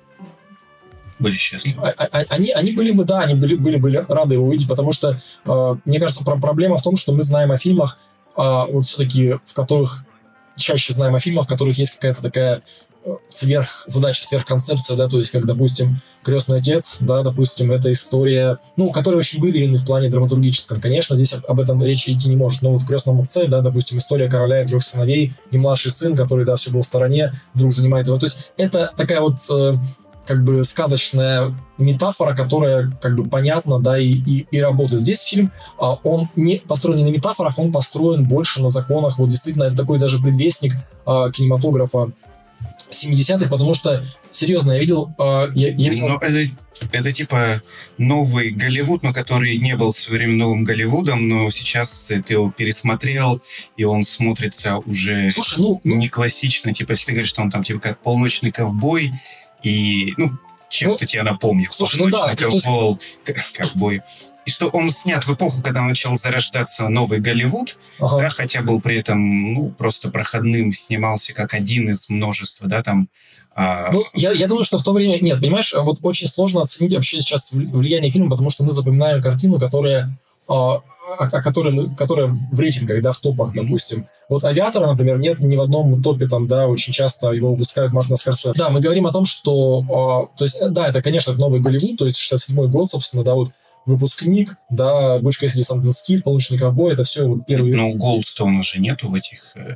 были счастливы. А, а, они, они были бы, да, они были, были бы рады его увидеть, потому что, э, мне кажется, про- проблема в том, что мы знаем о фильмах, э, вот все-таки, в которых, чаще знаем о фильмах, в которых есть какая-то такая сверхзадача, сверхконцепция, да, то есть, как, допустим, «Крестный отец», да, допустим, это история, ну, которая очень выверена в плане драматургическом. Конечно, здесь об, об этом речи идти не может, но вот в «Крестном отце», да, допустим, история короля и трех сыновей, и младший сын, который, да, все был в стороне, вдруг занимает его. То есть, это такая вот... Э, как бы сказочная метафора, которая как бы понятна, да, и, и, и работает. Здесь фильм, а, он не построен не на метафорах, он построен больше на законах. Вот действительно, это такой даже предвестник а, кинематографа семидесятых, потому что, серьезно, я видел... А, я, я видел... Но это, это типа новый Голливуд, но который не был в свое время новым Голливудом, но сейчас ты его пересмотрел, и он смотрится уже Слушай, ну, не классично. Типа, если ты говоришь, что он там типа как «Полночный ковбой», и, ну, чем-то ну, тебя напомнил. Слушай, ну да, ковбой, есть... ковбой. И что он снят в эпоху, когда начал зарождаться новый Голливуд, ага. да, хотя был при этом, ну, просто проходным, снимался как один из множества, да, там... А... Ну, я, я думаю, что в то время... Нет, понимаешь, вот очень сложно оценить вообще сейчас влияние фильма, потому что мы запоминаем картину, которая... А... О которой, которая в рейтингах, да, в топах, допустим. Вот «Авиатора», например, нет ни в одном топе, там, да, очень часто его выпускают Мартина Скорсезе. Да, мы говорим о том, что, э, то есть, да, это, конечно, новый Голливуд, то есть шестьдесят седьмой год, собственно, да, вот «Выпускник», да, «Бучка Кэссиди», «Санденс Кид», «Полуночный ковбой», это все вот первые... Ну, Голдстоуна же нету в этих... Э-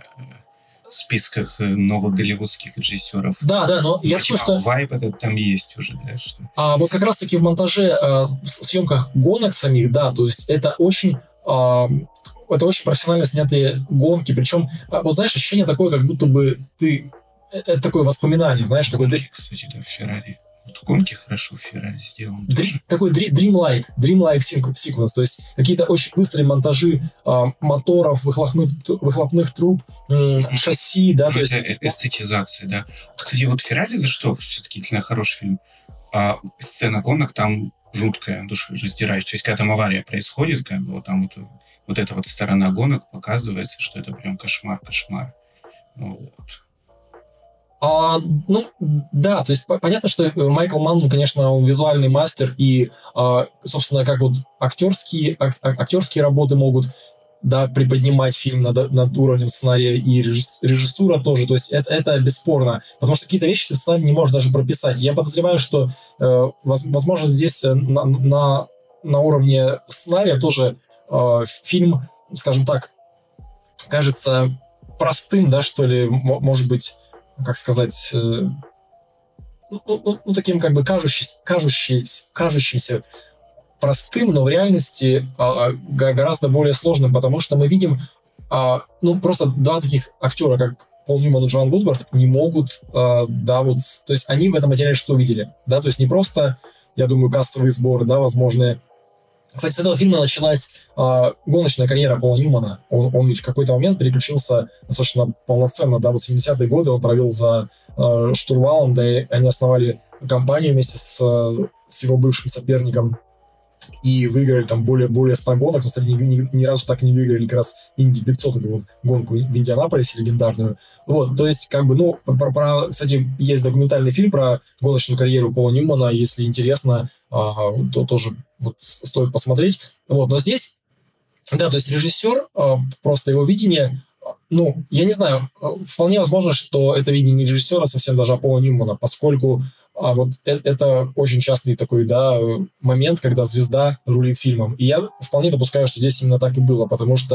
списках новых голливудских режиссеров. Да, да, но я думаю, что... Вайб этот там есть уже, да, что... А вот как раз-таки в монтаже, в съемках гонок самих, да, то есть это очень... Это очень профессионально снятые гонки, причем, вот знаешь, ощущение такое, как будто бы ты... Это такое воспоминание, знаешь, гонки, такое... кстати, да, в Феррари. Вот гонки хорошо в Феррари сделаны. Дри, такой dream-like, dream-like sequence, то есть какие-то очень быстрые монтажи а, моторов, выхлопных, выхлопных труб, м, шасси, да, ну, то есть... эстетизация, да. Кстати, вот «Феррари» за что все-таки хороший фильм? А, сцена гонок там жуткая, душераздирающая. То есть, когда там авария происходит, как бы вот там вот, вот эта вот сторона гонок показывается, что это прям кошмар-кошмар. Вот. А, ну, да, то есть понятно, что Майкл Манн, конечно, он визуальный мастер, и, а, собственно, как вот актерские, ак- актерские работы могут, да, приподнимать фильм над, над уровнем сценария, и режиссура тоже, то есть это, это бесспорно, потому что какие-то вещи ты сам не можешь даже прописать. Я подозреваю, что, э, возможно, здесь на, на, на уровне сценария тоже э, фильм, скажем так, кажется простым, да, что ли, может быть, как сказать, э, ну, ну, ну, таким как бы кажущийся, кажущийся, кажущийся простым, но в реальности э, гораздо более сложным, потому что мы видим, э, ну, просто два таких актера, как Пол Ньюман и Джоан Вудвард, не могут, э, да, вот, то есть они в этом материале что увидели, да, то есть не просто, я думаю, кассовые сборы, да, возможные. Кстати, с этого фильма началась э, гоночная карьера Пола Ньюмана. Он, он в какой-то момент переключился достаточно полноценно, да, вот семидесятые годы он провел за э, штурвалом, да, и они основали компанию вместе с, с его бывшим соперником и выиграли там более, более ста гонок, но, кстати, ни, ни, ни разу так не выиграли как раз Инди пятьсот, эту вот гонку в Индианаполисе легендарную. Вот, то есть, как бы, ну, про, про, кстати, есть документальный фильм про гоночную карьеру Пола Ньюмана, если интересно, а, то тоже вот, стоит посмотреть. Вот, но здесь, да, то есть режиссер, а, просто его видение, ну, я не знаю, вполне возможно, что это видение не режиссера совсем даже, а Пола Ньюмана, поскольку а вот это очень частый такой, да, момент, когда звезда рулит фильмом. И я вполне допускаю, что здесь именно так и было, потому что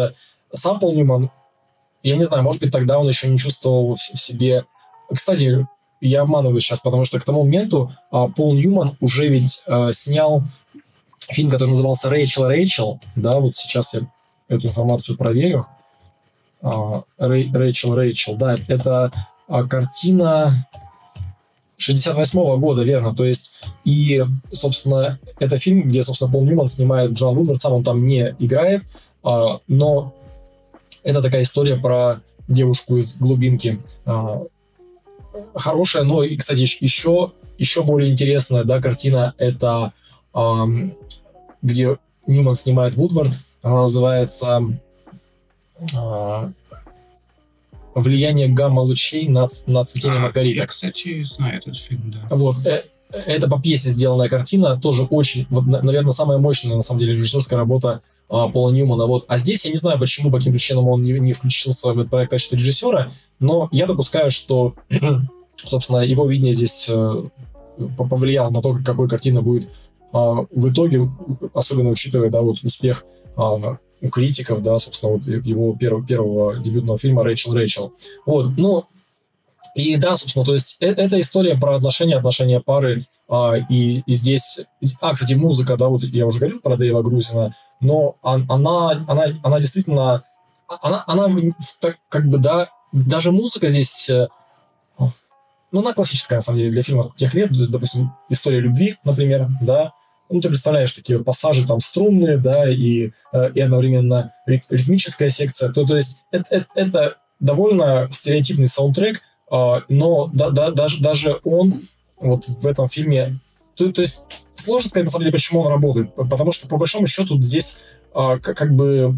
сам Пол Ньюман, я не знаю, может быть, тогда он еще не чувствовал в, в себе... Кстати, я обманываю сейчас, потому что к тому моменту а, Пол Ньюман уже ведь а, снял фильм, который назывался «Рэйчел, Рэйчел». Да, вот сейчас я эту информацию проверю. А, Рэй, «Рэйчел, Рэйчел». Да, это а, картина шестьдесят восьмого года, верно. То есть, и, собственно, это фильм, где, собственно, Пол Ньюман снимает Джон Вудвард, сам он там не играет, а, но это такая история про девушку из глубинки. А, хорошая, но, и, кстати, еще, еще более интересная, да, картина, это а, где Ньюман снимает Вудвард, она называется а, «Влияние гамма-лучей на, на цветение а, маргариты». Я, кстати, знаю этот фильм, да. Вот, э, это по пьесе сделанная картина, тоже очень, вот, наверное, самая мощная, на самом деле, режиссерская работа а, Пола Ньюмана. Вот. А здесь я не знаю, почему, по каким причинам он не, не включился в этот проект в качестве режиссера, но я допускаю, что, собственно, его видение здесь э, повлияло на то, какой картина будет э, в итоге, особенно учитывая, да, вот успех э, у критиков, да, собственно, вот его первого, первого дебютного фильма «Рэйчел, Рэйчел». Вот, ну, и да, собственно, то есть э- это история про отношения, отношения пары, а, и, и здесь... А, кстати, музыка, да, вот я уже говорил про Дэйва Грузина, но он, она, она, она действительно... Она, она так, как бы, да, даже музыка здесь... Ну, она классическая, на самом деле, для фильмов тех лет, то есть, допустим, «История любви», например, да, ну, ты представляешь такие вот пассажи там струнные, да, и, и одновременно ритмическая секция, то, то есть это, это, это довольно стереотипный саундтрек, но да, да, даже, даже он вот в этом фильме... То, то есть сложно сказать, на самом деле, почему он работает, потому что, по большому счету, здесь как, как бы...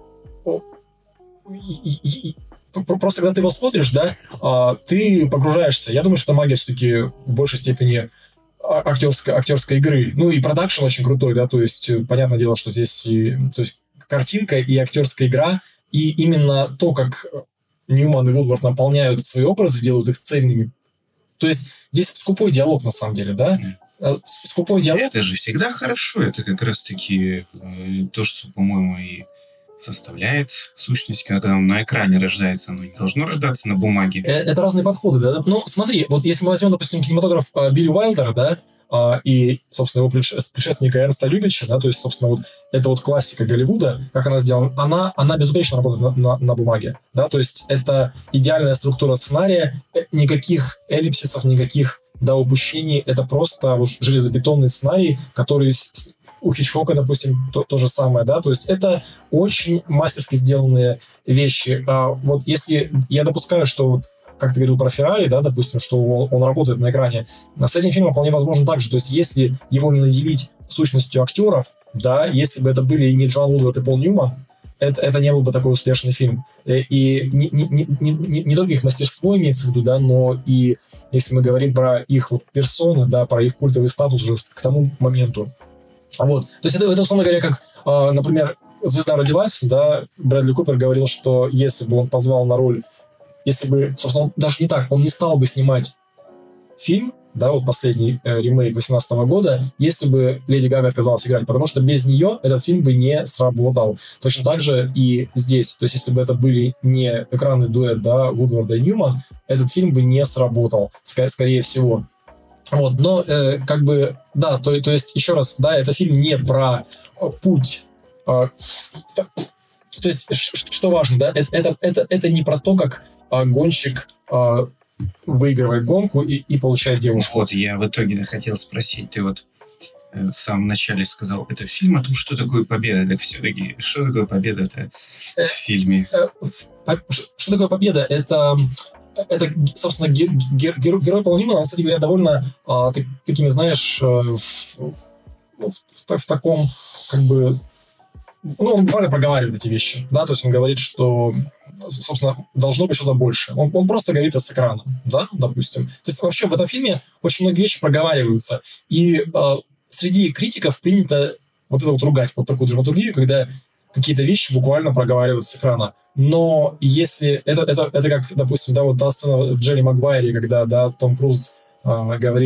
И, и, и, просто когда ты его смотришь, да, ты погружаешься. Я думаю, что магия все-таки в большей степени актерской, актерской игры. Ну и продакшн очень крутой, да, то есть понятное дело, что здесь и, то есть картинка и актерская игра, и именно то, как Ньюман и Вудвард наполняют свои образы, делают их цельными. То есть здесь скупой диалог, на самом деле, да? Скупой диалог. Это же всегда хорошо, это как раз-таки э, то, что, по-моему, и составляет сущность, когда он на экране рождается, оно не должно рождаться на бумаге. Это разные подходы, да? Ну, смотри, вот если мы возьмем, допустим, кинематограф а, Билли Уайлдера, да, а, и, собственно, его предшественника Эрнста Любича, да, то есть, собственно, вот это вот классика Голливуда, как она сделана, она, она безупречно работает на, на, на бумаге, да, то есть это идеальная структура сценария, никаких эллипсисов, никаких, да, упущений, это просто вот железобетонный сценарий, который... У Хичкока, допустим, то, то же самое, да, то есть это очень мастерски сделанные вещи. А вот если я допускаю, что, вот, как ты говорил про Феррари, да, допустим, что он, он работает на экране, с этим фильмом вполне возможно так же, то есть если его не наделить сущностью актеров, да, если бы это были не Джон Вудвард и Пол Ньюман, это, это не был бы такой успешный фильм. И не, не, не, не, не только их мастерство имеется в виду, да, но и если мы говорим про их вот персоны, да, про их культовый статус уже к тому моменту. Вот. То есть это, это, условно говоря, как, э, например, «Звезда родилась», да, Брэдли Купер говорил, что если бы он позвал на роль, если бы, собственно, он, даже не так, он не стал бы снимать фильм, да, вот последний э, ремейк восемнадцатого года, если бы Леди Гага отказалась играть, потому что без нее этот фильм бы не сработал. Точно так же и здесь. То есть если бы это были не экранный дуэт, да, Вудварда и Ньюман, этот фильм бы не сработал, ск- скорее всего. Вот, но э, как бы, да, то, то есть, еще раз, да, это фильм не про э, путь. Э, то, то есть, ш, что важно, да, это, это, это, это не про то, как э, гонщик э, выигрывает гонку и, и получает девушку. Вот, я в итоге хотел спросить, ты вот э, в самом начале сказал, это фильм о том, что такое победа, так все-таки, что такое победа-то э, в фильме? Э, э, что такое победа? Это... Это, собственно, гер, гер, гер, герой Пола Ньюмана, он, кстати говоря, довольно а, так, такими, знаешь, в, в, в, в таком, как бы, ну, он буквально проговаривает эти вещи, да, то есть он говорит, что, собственно, должно быть что-то большее. Он, он просто говорит это с экрана, да, допустим. То есть вообще в этом фильме очень многие вещи проговариваются, и а, среди критиков принято вот это вот ругать, вот такую драматургию, когда какие-то вещи буквально проговариваются с экрана. Но если... Это, это, это как, допустим, да, вот та сцена в Джерри Магуайре, когда, да, Том Круз э, говорит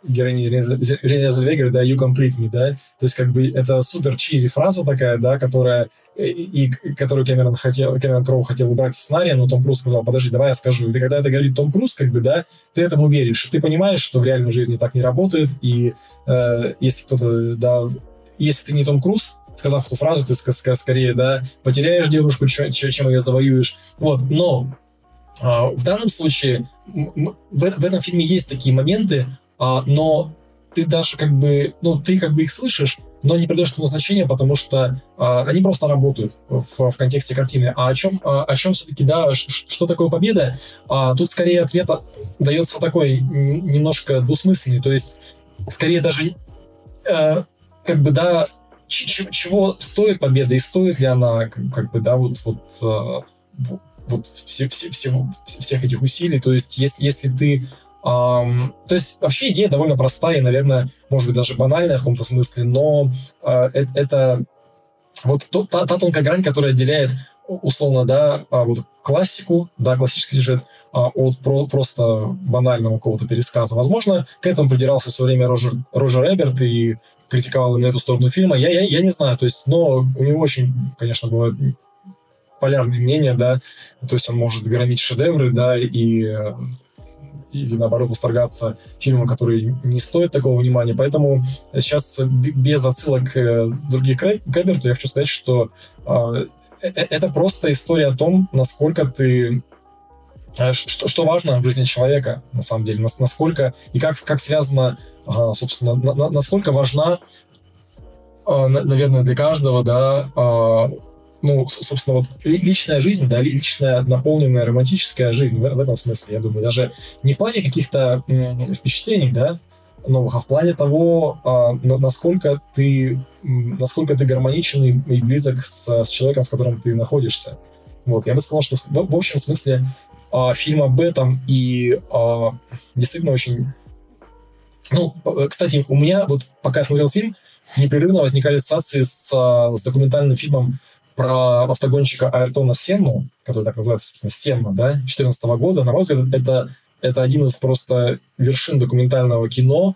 героиня Рене Зельвегер, да, you complete me, да, то есть как бы это супер чизи фраза такая, да, которая, и, и которую Кэмерон хотел, Кэмерон Кроу хотел убрать из сценария, но Том Круз сказал, подожди, давай я скажу, и когда это говорит Том Круз, как бы, да, ты этому веришь, ты понимаешь, что в реальной жизни так не работает, и э, если кто-то, да, если ты не Том Круз, сказав эту фразу, ты ск- ск- скорее, да, потеряешь девушку, ч- чем ее завоюешь, вот, но э, в данном случае в, в этом фильме есть такие моменты, Uh, но ты даже как бы, ну, ты как бы их слышишь, но не придаешь этому значения, потому что uh, они просто работают в, в контексте картины. А о чем, uh, о чем все-таки, да, ш, что такое победа? Uh, тут скорее ответ дается такой немножко двусмысленный, то есть скорее даже uh, как бы, да, ч- чего стоит победа и стоит ли она, как, как бы, да, вот, вот, uh, вот все, все, все, всех этих усилий, то есть если, если ты Um, то есть вообще идея довольно простая и, наверное, может быть даже банальная в каком-то смысле, но uh, это, это вот то, та, та тонкая грань, которая отделяет условно, да, uh, вот классику, да, классический сюжет uh, от про, просто банального какого-то пересказа. Возможно, к этому придирался в свое время Роджер, Роджер Эберт и критиковал именно эту сторону фильма. Я, я, я не знаю, то есть, но у него очень, конечно, бывают полярные мнения, да, то есть он может громить шедевры, да, и или, наоборот, восторгаться фильмом, который не стоит такого внимания. Поэтому сейчас без отсылок к других к Эберту я хочу сказать, что э, это просто история о том, насколько ты... Э, что, что важно в жизни человека, на самом деле. Насколько... И как, как связано, э, собственно, на, на, насколько важна, э, наверное, для каждого, да, э, ну, собственно, вот личная жизнь, да, личная наполненная романтическая жизнь в, в этом смысле, я думаю, даже не в плане каких-то м, впечатлений, да, новых, а в плане того, а, насколько ты, насколько ты гармоничен и, и близок с, с человеком, с которым ты находишься. Вот, я бы сказал, что в, в общем смысле а, фильм об этом и а, действительно очень... Ну, кстати, у меня, вот пока я смотрел фильм, непрерывно возникали ассоциации с, с документальным фильмом про автогонщика Айртона Сенну, который так называется, собственно, Сенна, да, две тысячи четырнадцатого года. На мой взгляд, это, это один из просто вершин документального кино.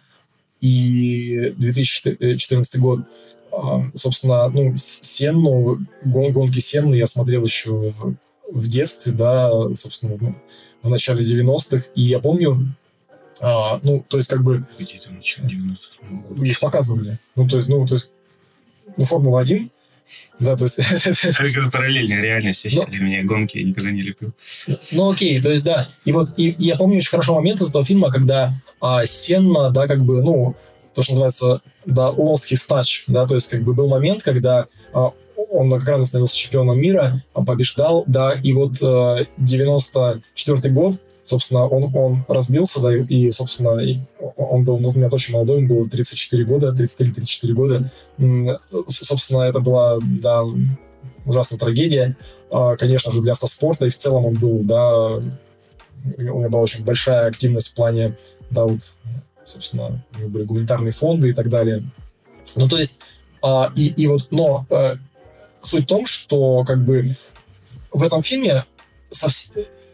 И две тысячи четырнадцатый год, собственно, ну, Сенну, гон, гонки Сенны я смотрел еще в детстве, да, собственно, ну, в начале девяностых. И я помню, а, ну, то есть, как бы... Где это в начале девяностых? Их показывали. Ну, то есть, ну, то есть, ну, Формула-один. Да, то есть... Это параллельная реальность, я для меня гонки я никогда не любил. Ну, окей, то есть, да. И вот и, и я помню очень хорошо момент из этого фильма, когда а, Сенна, да, как бы, ну, то, что называется, да, lost his touch, да, то есть, как бы, был момент, когда а, он как раз становился чемпионом мира, побеждал, да, и вот а, девяносто четвёртый год, собственно, он, он разбился, да, и, собственно, и он был, ну, у меня очень молодой, он был тридцать четыре года, тридцать три тридцать четыре года. Собственно, это была, да, ужасная трагедия, конечно же, для автоспорта, и в целом он был, да, у него была очень большая активность в плане, да, вот, собственно, у него были гуманитарные фонды и так далее. Ну, то есть, и, и вот, но суть в том, что, как бы, в этом фильме совсем...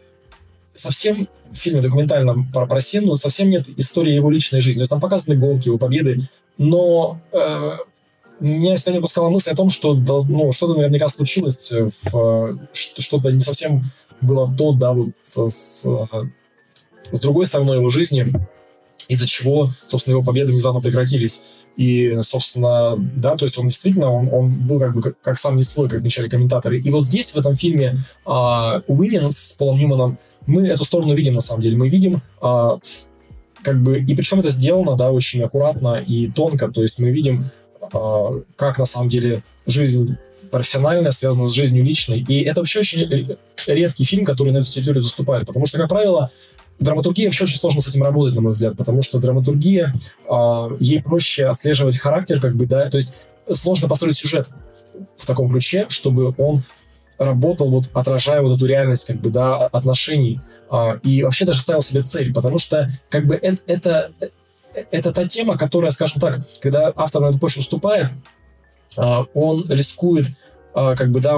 совсем в фильме документальном про, про Сенну совсем нет истории его личной жизни. То есть там показаны гонки, его победы, но э, меня всегда не пускала мысль о том, что ну, что-то наверняка случилось, в, что-то не совсем было то, да, вот с, с другой стороной его жизни, из-за чего, собственно, его победы внезапно прекратились. И, собственно, да, то есть он действительно, он, он был как бы как, как сам не свой, как отмечали комментаторы. И вот здесь, в этом фильме э, Уильямс с Полом Ньюманом, мы эту сторону видим, на самом деле. Мы видим, а, с, как бы, и причем это сделано, да, очень аккуратно и тонко. То есть мы видим, а, как, на самом деле, жизнь профессиональная связана с жизнью личной. И это вообще очень редкий фильм, который на эту территорию заступает. Потому что, как правило, драматургия вообще очень сложно с этим работать, на мой взгляд. Потому что драматургия, а, ей проще отслеживать характер, как бы, да, то есть сложно построить сюжет в таком ключе, чтобы он работал, вот, отражая вот эту реальность, как бы, да, отношений, а, и вообще даже ставил себе цель, потому что, как бы, это, это, это та тема, которая, скажем так, когда автор на эту почву вступает, а, он рискует, а, как бы, да,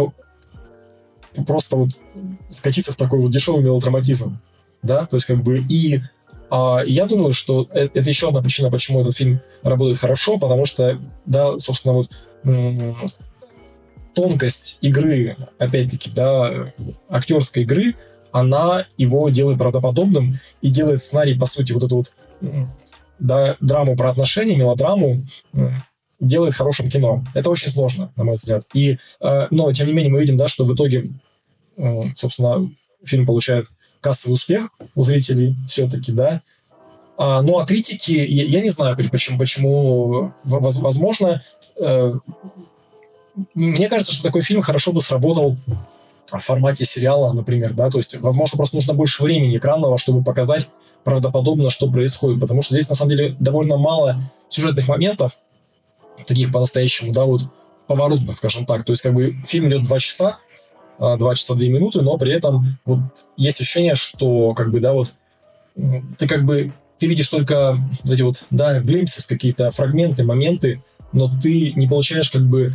просто вот скатиться в такой вот дешевый мелодраматизм, да, то есть, как бы, и а, я думаю, что это еще одна причина, почему этот фильм работает хорошо, потому что, да, собственно, вот м- тонкость игры, опять-таки, да, актерской игры, она его делает правдоподобным и делает сценарий, по сути, вот эту вот, да, драму про отношения, мелодраму, делает хорошим кино. Это очень сложно, на мой взгляд. И, э, но, тем не менее, мы видим, да, что в итоге, э, собственно, фильм получает кассовый успех у зрителей все-таки, да. А, ну, а критики, я, я не знаю, почему, почему возможно, э, мне кажется, что такой фильм хорошо бы сработал в формате сериала, например, да, то есть, возможно, просто нужно больше времени экранного, чтобы показать правдоподобно, что происходит, потому что здесь, на самом деле, довольно мало сюжетных моментов, таких по-настоящему, да, вот поворотных, скажем так. То есть, как бы, фильм идет два часа, два часа две минуты, но при этом вот есть ощущение, что, как бы, да, вот ты как бы, ты видишь только вот эти вот, да, глимпсы, какие-то фрагменты, моменты, но ты не получаешь, как бы,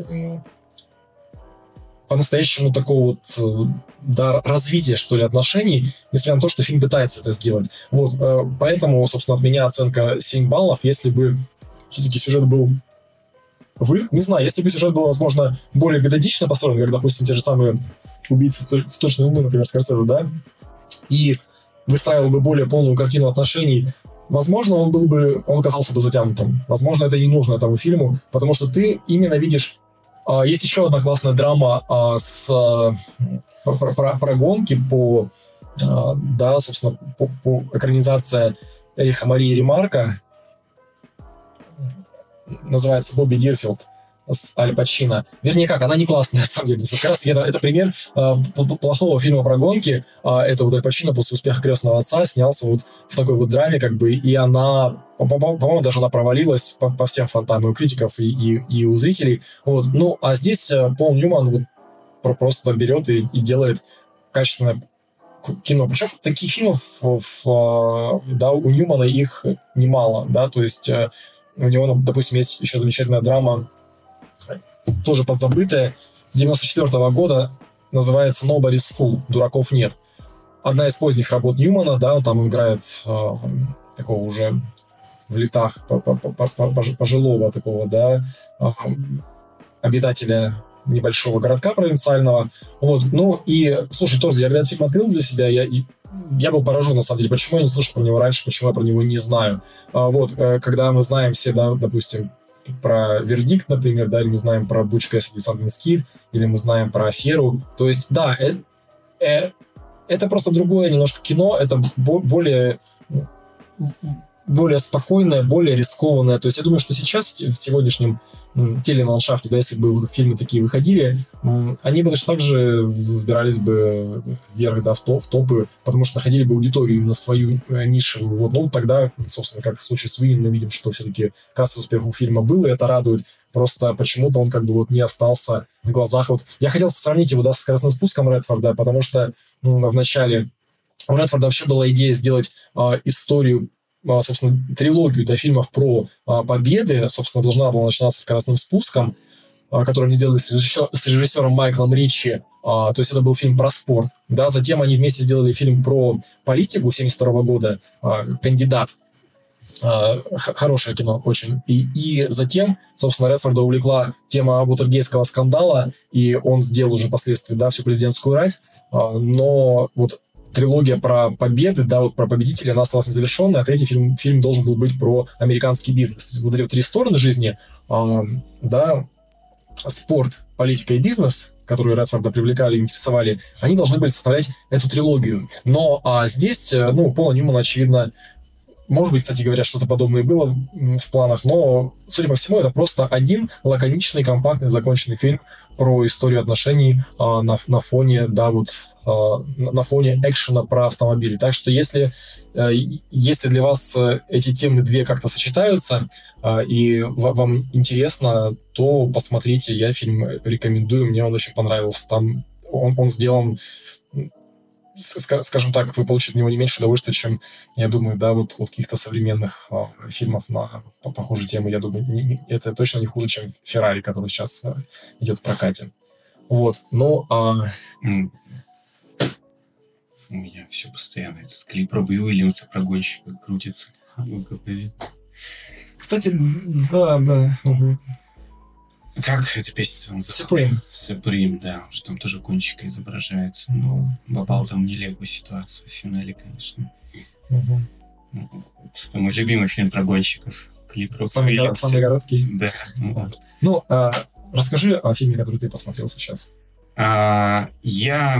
по-настоящему такого вот, да, развития, что ли, отношений, несмотря на то, что фильм пытается это сделать. Вот, поэтому, собственно, от меня оценка семь баллов, если бы все-таки сюжет был Вы, не знаю, если бы сюжет был, возможно, более методично построен, как, допустим, те же самые «Убийцы с точной луны», например, Скорсезе, да, и выстраивал бы более полную картину отношений, возможно, он был бы, он оказался бы затянутым. Возможно, это не нужно этому фильму, потому что ты именно видишь... А, есть еще одна классная драма а, с, а, про, про, про гонки по, а, да, собственно, по, по экранизация Эриха Марии Ремарка, называется «Бобби Дирфилд» с Аль Пачино. Вернее, как, она не классная, на самом деле. Вот как раз это, это пример э, плохого фильма про гонки. Э, это вот Аль Пачино после успеха «Крестного отца» снялся вот в такой вот драме, как бы, и она, по-моему, даже она провалилась по, по всем фронтам и у критиков, и, и, и у зрителей. Вот. Ну, а здесь э, Пол Ньюман вот просто берет и, и делает качественное кино. Причем таких фильмов в, в, да, у Ньюмана их немало, да, то есть э, у него, допустим, есть еще замечательная драма, тоже подзабытая, девяносто четвёртого года, называется «Nobody's Fool», «Дураков нет». Одна из поздних работ Ньюмана, да, он там играет э, такого уже в летах пожилого такого, да, э, обитателя небольшого городка провинциального. Вот, ну и, слушай, тоже, я когда этот фильм открыл для себя, я, я был поражен, на самом деле, почему я не слышал про него раньше, почему я про него не знаю. А, вот, когда мы знаем все, да, допустим, про «Вердикт», например, да, или мы знаем про «Буч Кэссиди и Санденс Кид», или мы знаем про «Аферу», то есть, да, э, э, это просто другое немножко кино, это бо- более... более спокойная, более рискованная. То есть я думаю, что сейчас в сегодняшнем м, телеландшафте, да, если бы вот фильмы такие выходили, м, они бы точно так же забирались бы вверх, да, в, топ, в топы, потому что находили бы аудиторию именно свою э, нишевую. Вот. Ну, тогда, собственно, как в случае с Уинни, мы видим, что все-таки кассовый успех у фильма был, и это радует. Просто почему-то он как бы вот не остался в глазах. Вот я хотел сравнить его, да, с «Скоростным спуском» Редфорда, потому что ну, в начале у Редфорда вообще была идея сделать э, историю, собственно, трилогию, да, фильмов про а, победы, собственно, должна была начинаться «Скоростным спуском», а, который они сделали с, режиссер, с режиссером Майклом Ричи. А, то есть это был фильм про спорт. Да, затем они вместе сделали фильм про политику семьдесят второго года, а, «Кандидат». А, х- хорошее кино, очень. И, и затем, собственно, Редфорда увлекла тема Уотергейтского скандала, и он сделал уже впоследствии, да, всю президентскую рать. А, но вот трилогия про победы, да, вот про победителей, она осталась незавершенной, а третий фильм, фильм должен был быть про американский бизнес. То есть вот эти вот три стороны жизни, э, да, спорт, политика и бизнес, которые Редфорда привлекали и интересовали, они должны были составлять эту трилогию. Но а здесь, ну, Пола Ньюмана, очевидно, может быть, кстати говоря, что-то подобное было в планах, но, судя по всему, это просто один лаконичный, компактный, законченный фильм про историю отношений а, на, на фоне, да, вот, а, на фоне экшена про автомобили. Так что если, а, если для вас эти темы две как-то сочетаются а, и в, вам интересно, то посмотрите, я фильм рекомендую, мне он очень понравился. Там он, он сделан... скажем так, вы получите от него не меньше удовольствия, чем, я думаю, да, вот от каких-то современных а, фильмов на по похожей темы. Я думаю, не, не, это точно не хуже, чем «Феррари», который сейчас а, идет в прокате. Вот, ну, а... У меня все постоянно этот клип Робби Уильямса про гонщика крутится. Ну-ка, привет. Кстати, да, да. Угу. Как эта песня называется? Supreme. Supreme, да. Что там тоже гонщика изображает. Но попал там в нелегкую ситуацию в финале, конечно. Угу. Это мой любимый фильм про гонщиков. Клип Робби Самый, Уильямса. самый короткий. Да. Да. Ну, а, расскажи о фильме, который ты посмотрел сейчас. А, я...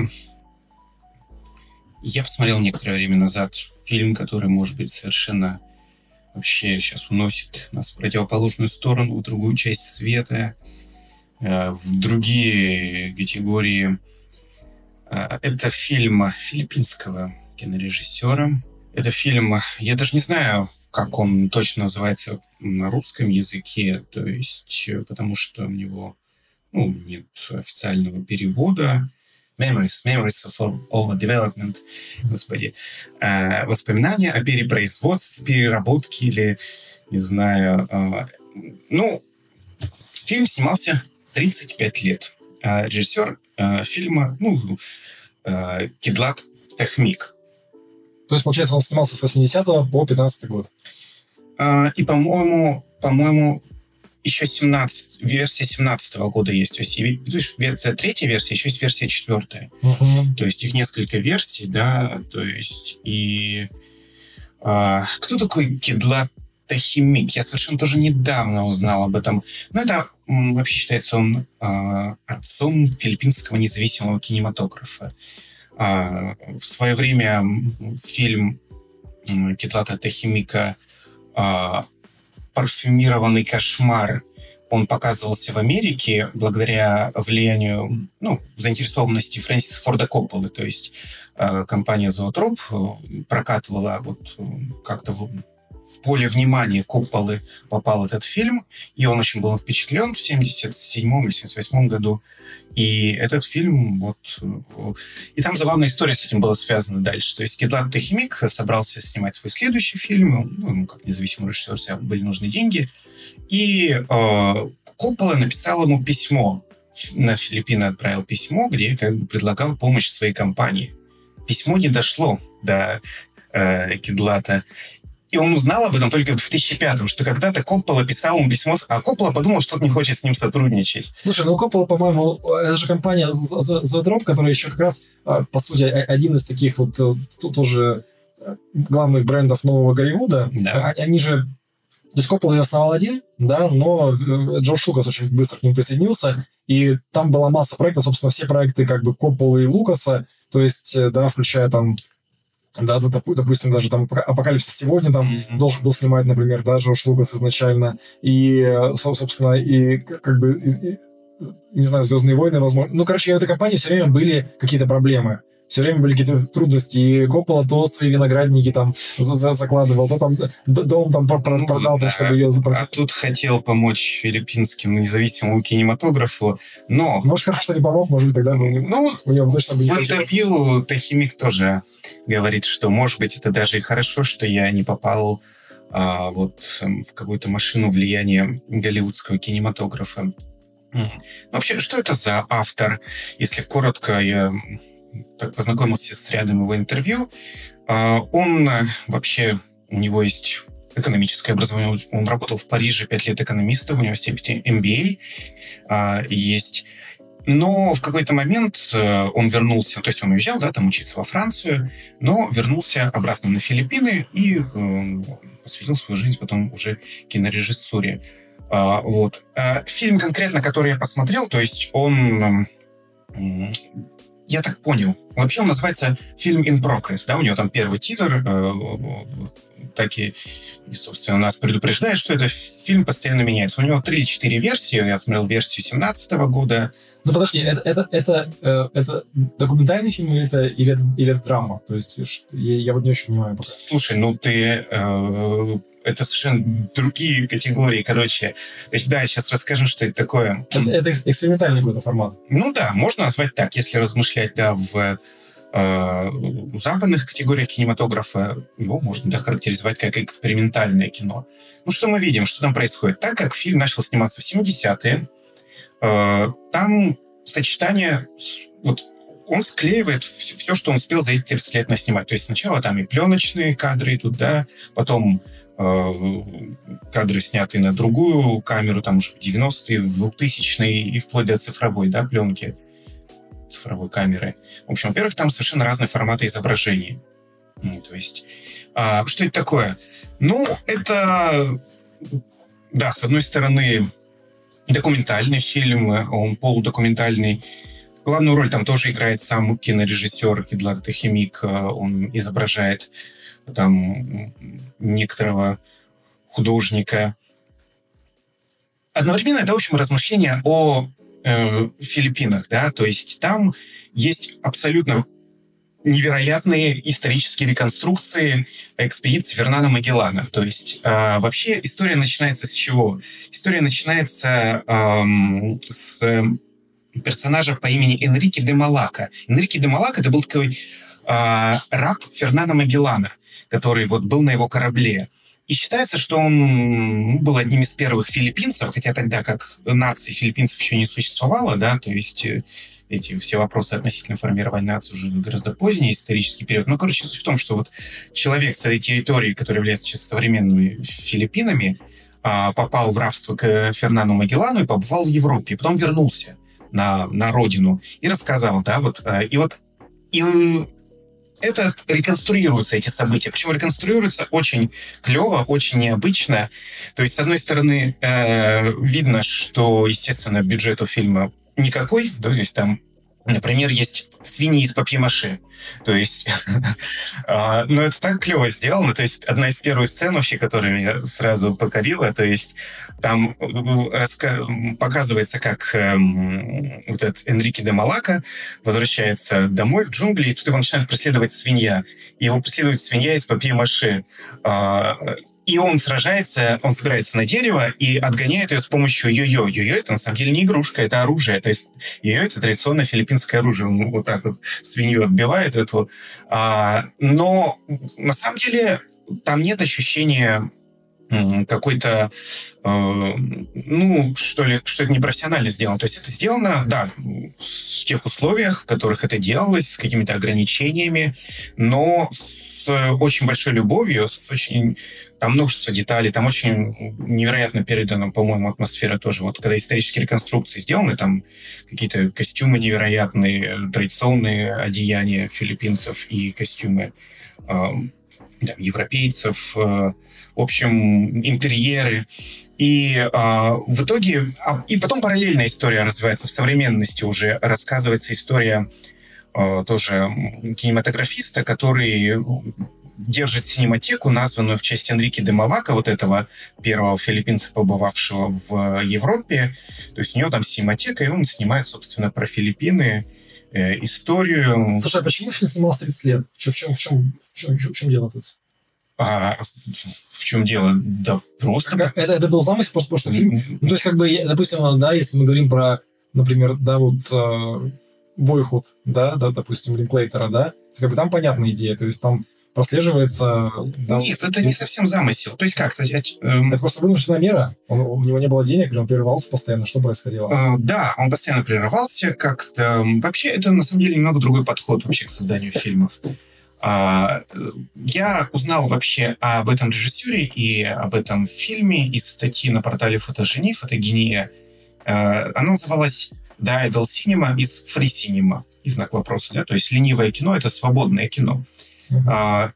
Я посмотрел некоторое время назад фильм, который, может быть, совершенно вообще сейчас уносит нас в противоположную сторону, в другую часть света, в другие категории. Это фильм филиппинского кинорежиссера. Это фильм, я даже не знаю, как он точно называется на русском языке, то есть, потому что у него ну, нет официального перевода. Memories, Memories of Overdevelopment, господи, э, воспоминания о перепроизводстве, переработке или, не знаю, э, ну, фильм снимался тридцать пять лет. А режиссер э, фильма, ну, э, Кидлат Техмик. То есть, получается, он снимался с восьмидесятого по пятнадцатый год. Э, и, по-моему, по-моему, еще семнадцать, версия семнадцатого года есть. То есть, и, то есть версия, третья версия, еще есть версия четвертая. Uh-huh. То есть их несколько версий, да. То есть и а, кто такой Кидлат Техмик? Я совершенно тоже недавно узнал об этом. Ну, это м, вообще считается он а, отцом филиппинского независимого кинематографа. А, в свое время фильм м, Кидлата Техмика а, «Парфюмированный кошмар», он показывался в Америке благодаря влиянию, ну, заинтересованности Фрэнсиса Форда Копполы. То есть э, компания «Зоотроп» прокатывала вот как-то в, в поле внимания Копполы попал этот фильм, и он очень был впечатлен в семьдесят седьмом или семьдесят восьмом году. И этот фильм, вот... И там забавная история с этим была связана дальше. То есть Кидлат Техмик собрался снимать свой следующий фильм, ну, ему как независимый режиссер были нужны деньги, и э, Коппола написал ему письмо. На Филиппины отправил письмо, где как бы предлагал помощь своей компании. Письмо не дошло до э, Кидлата. И он узнал об этом только в две тысячи пятом, что когда-то Коппола писал ему письмо, а Коппола подумал, что он не хочет с ним сотрудничать. Слушай, ну Коппола, по-моему, это же компания «Зоотроп», которая еще как раз, по сути, один из таких вот тоже главных брендов нового Голливуда. Да. Они же... То есть Коппола ее основал один, да, но Джордж Лукас очень быстро к нему присоединился, и там была масса проектов, собственно, все проекты как бы Копполы и Лукаса, то есть, да, включая там да, допустим, даже там «Апокалипсис сегодня» там mm-hmm. должен был снимать, например, да, Джордж Лукас изначально. И, собственно, и как бы, и, не знаю, «Звездные войны», возможно. Ну, короче, у этой компании все время были какие-то проблемы. Все время были какие-то трудности. И Коппола то свои виноградники там за- за- закладывал, то там дом там продал, продал, да. чтобы ее запросить. А тут хотел помочь филиппинскому независимому кинематографу, но... Может, хорошо, что не помог, может быть, тогда бы ну, у него точно бы не в интервью Техмик тоже говорит, что, может быть, это даже и хорошо, что я не попал а, вот в какую-то машину влияния голливудского кинематографа. Вообще, что это за автор? Если коротко, я... так познакомился с рядом его интервью. Он вообще, у него есть экономическое образование. Он работал в Париже пять лет экономистом в университете эм би эй. Есть. Но в какой-то момент он вернулся, то есть он уезжал, да, там учиться во Францию, но вернулся обратно на Филиппины и посвятил свою жизнь потом уже кинорежиссуре. Вот. Фильм конкретно, который я посмотрел, то есть он... Я так понял. Вообще он называется «Фильм in Progress». Да? У него там первый титр. Э, так и, и, собственно, нас предупреждает, что этот фильм постоянно меняется. У него три или четыре версии. Я смотрел версию семнадцатого года. Ну, подожди, это, это, это, э, это документальный фильм или это, или это, или это драма? То есть я, я вот не очень понимаю. Пока. Слушай, ну ты... Э, это совершенно другие категории, короче. Да, сейчас расскажу, что это такое. Это, это экспериментальный какой-то формат. Ну да, можно назвать так, если размышлять, да, в э, западных категориях кинематографа, его можно да, характеризовать как экспериментальное кино. Ну что мы видим, что там происходит? Так как фильм начал сниматься в семидесятые, э, там сочетание... Вот, он склеивает все, все, что он успел за эти тридцать лет наснимать. То есть сначала там и пленочные кадры идут, да, потом э, кадры, снятые на другую камеру, там уже в девяностые, в двухтысячные и вплоть до цифровой, да, пленки, цифровой камеры. В общем, во-первых, там совершенно разные форматы изображений. Ну, то есть, а, что это такое? Ну, это, да, с одной стороны, документальный фильм, он полудокументальный. Главную роль там тоже играет сам кинорежиссер Эдуард Химик. Он изображает там некоторого художника. Одновременно это, в общем, размышления о э, Филиппинах, да, то есть там есть абсолютно невероятные исторические реконструкции экспедиции Фернандо Магеллана. То есть э, вообще история начинается с чего? История начинается э, с персонажа по имени Энрике де Малака. Энрике де Малака — это был такой э, раб Фернандо Магеллана, который вот был на его корабле. И считается, что он был одним из первых филиппинцев, хотя тогда как нации филиппинцев еще не существовало, да, то есть эти все вопросы относительно формирования нации уже гораздо поздний исторический период. Но, короче, суть в том, что вот человек с этой территории, которая является сейчас современными Филиппинами, попал в рабство к Фернандо Магеллану и побывал в Европе. Потом вернулся на, на родину и рассказал, да, вот. И вот и это реконструируются, эти события. Причем реконструируются очень клево, очень необычно. То есть, с одной стороны, э, видно, что, естественно, бюджет у фильма никакой, да, то есть там, например, есть свиньи из папье-маше. То есть, но это так клево сделано. То есть, одна из первых сцен вообще, которая меня сразу покорила, то есть, там показывается, как вот этот Энрике де Малака возвращается домой в джунгли, и тут его начинает преследовать свинья. И его преследует свинья из папье-маше. И он сражается, он забирается на дерево и отгоняет ее с помощью йо-йо. Йо-йо — это на самом деле не игрушка, это оружие. То есть йо-йо — это традиционное филиппинское оружие. Он вот так вот свинью отбивает эту. А, но на самом деле там нет ощущения какой-то, э, ну, что ли, что это непрофессионально сделано. То есть это сделано, да, в тех условиях, в которых это делалось, с какими-то ограничениями, но с очень большой любовью, с очень... Там множество деталей, там очень невероятно передана, по-моему, атмосфера тоже. Вот когда исторические реконструкции сделаны, там какие-то костюмы невероятные, традиционные одеяния филиппинцев и костюмы э, там, европейцев, э, в общем, интерьеры. И э, в итоге... А, и потом параллельная история развивается в современности уже. Рассказывается история э, тоже кинематографиста, который держит синематеку, названную в честь Энрике де Малака, вот этого первого филиппинца, побывавшего в Европе. То есть у него там синематека, и он снимает, собственно, про Филиппины, э, историю. Слушай, а почему фильм снимался тридцать лет? В чем, в чем, в чем, в чем, в чем дело тут? А, в чем дело? Да просто... Как, это, это был замысел, просто потому что фильм... Ну, то есть, как бы, допустим, да, если мы говорим про, например, да, вот э, Бойхуд, да, да, допустим, Линклейтера, да, как бы там понятная идея, то есть там прослеживается... Да, Нет, это не совсем замысел. То есть как? Это просто вынужденная мера. Он, у него не было денег, или он прерывался постоянно. Что происходило? Uh, да, он постоянно прерывался как-то. Вообще, это на самом деле немного другой подход вообще к созданию фильмов. Uh, я узнал вообще об этом режиссере и об этом фильме из статьи на портале Фотожени, Фотогения. Uh, она называлась The Idle Cinema из Free Cinema, и знак вопроса. Да? То есть ленивое кино — это свободное кино. Uh-huh. А,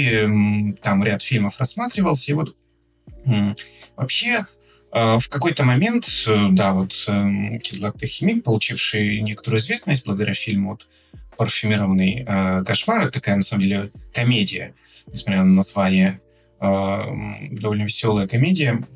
и там ряд фильмов рассматривался, и вот м, вообще а, в какой-то момент, да, вот Эдуард Химик, получивший некоторую известность благодаря фильму вот, «Парфюмированный а, кошмар», это такая, на самом деле, комедия, несмотря на название, а, довольно веселая комедия,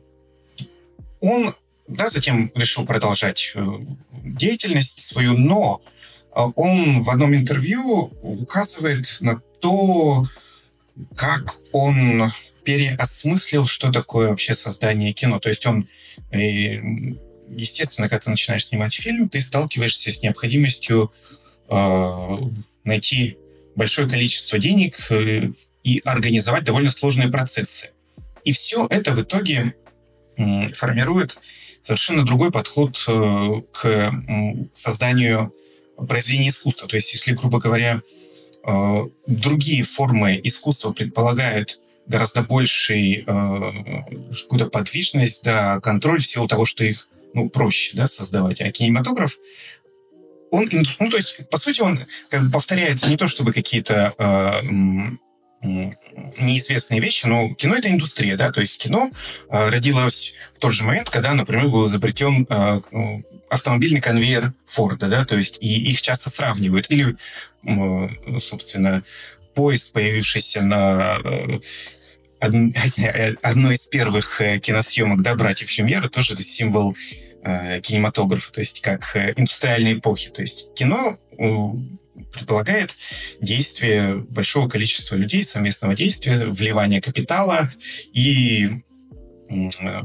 он, да, затем решил продолжать деятельность свою, но он в одном интервью указывает на то, как он переосмыслил, что такое вообще создание кино. То есть он, естественно, когда ты начинаешь снимать фильм, ты сталкиваешься с необходимостью э, найти большое количество денег и организовать довольно сложные процессы. И все это в итоге э, формирует совершенно другой подход э, к э, созданию произведения искусства. То есть, если, грубо говоря, э, другие формы искусства предполагают гораздо больший э, какую-то подвижность, да, контроль в силу того, что их ну, проще да, создавать. А кинематограф, он, ну, то есть, по сути, он как бы повторяет не то, чтобы какие-то э, неизвестные вещи, но кино — это индустрия, да, то есть кино э, родилось в тот же момент, когда, например, был изобретен э, автомобильный конвейер Форда, да, то есть и их часто сравнивают. Или, э, собственно, поезд, появившийся на э, од, одной из первых э, киносъемок, да, братьев Люмьера, тоже это символ э, кинематографа, то есть как э, индустриальной эпохи. То есть кино э, предполагает действие большого количества людей, совместного действия, вливание капитала и э,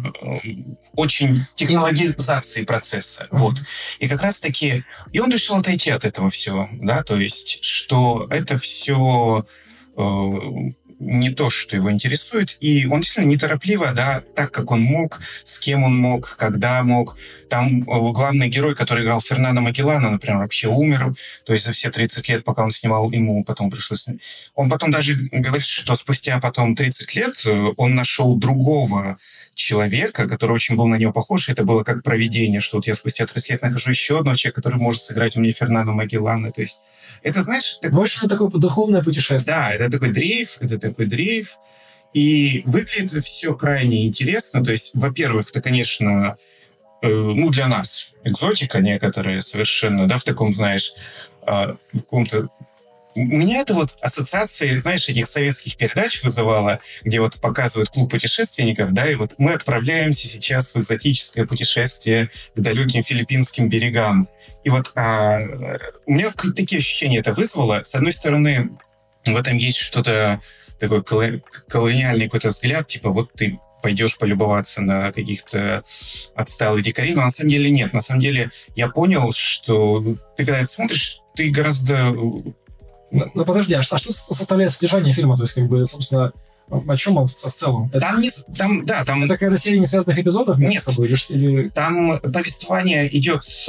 очень технологизации процесса. Mm-hmm. Вот. И как раз-таки... И он решил отойти от этого всего, да, то есть, что это все... Э, не то, что его интересует, и он действительно неторопливо, да, так, как он мог, с кем он мог, когда мог. Там главный герой, который играл Фернандо Магеллана, например, вообще умер, то есть за все тридцать лет, пока он снимал, ему потом пришлось... Он потом даже говорит, что спустя потом тридцать лет он нашел другого человека, который очень был на него похож, и это было как провидение, что вот я спустя тридцать лет нахожу еще одного человека, который может сыграть у меня Фернандо Магеллана, то есть это, знаешь... Такой... В общем, такое духовное путешествие. Да, это такой дрейф, это такой дрейф, и выглядит все крайне интересно, то есть, во-первых, это, конечно, э, ну, для нас экзотика некоторая совершенно, да, в таком, знаешь, э, в каком-то... У меня это вот ассоциации, знаешь, этих советских передач вызывало, где вот показывают клуб путешественников, да, и вот мы отправляемся сейчас в экзотическое путешествие к далеким филиппинским берегам. И вот а, у меня такие ощущения это вызвало. С одной стороны, в этом есть что-то такой колониальный какой-то взгляд, типа вот ты пойдешь полюбоваться на каких-то отсталых дикарей, но на самом деле нет. На самом деле я понял, что ты когда это смотришь, ты гораздо... Ну, ну подожди, а что, а что составляет содержание фильма? То есть, как бы, собственно, о чем он в, в целом? Это, там не, там, да, там... Это какая-то серия несвязанных эпизодов между Нет, собой? Или, или... там повествование идет с...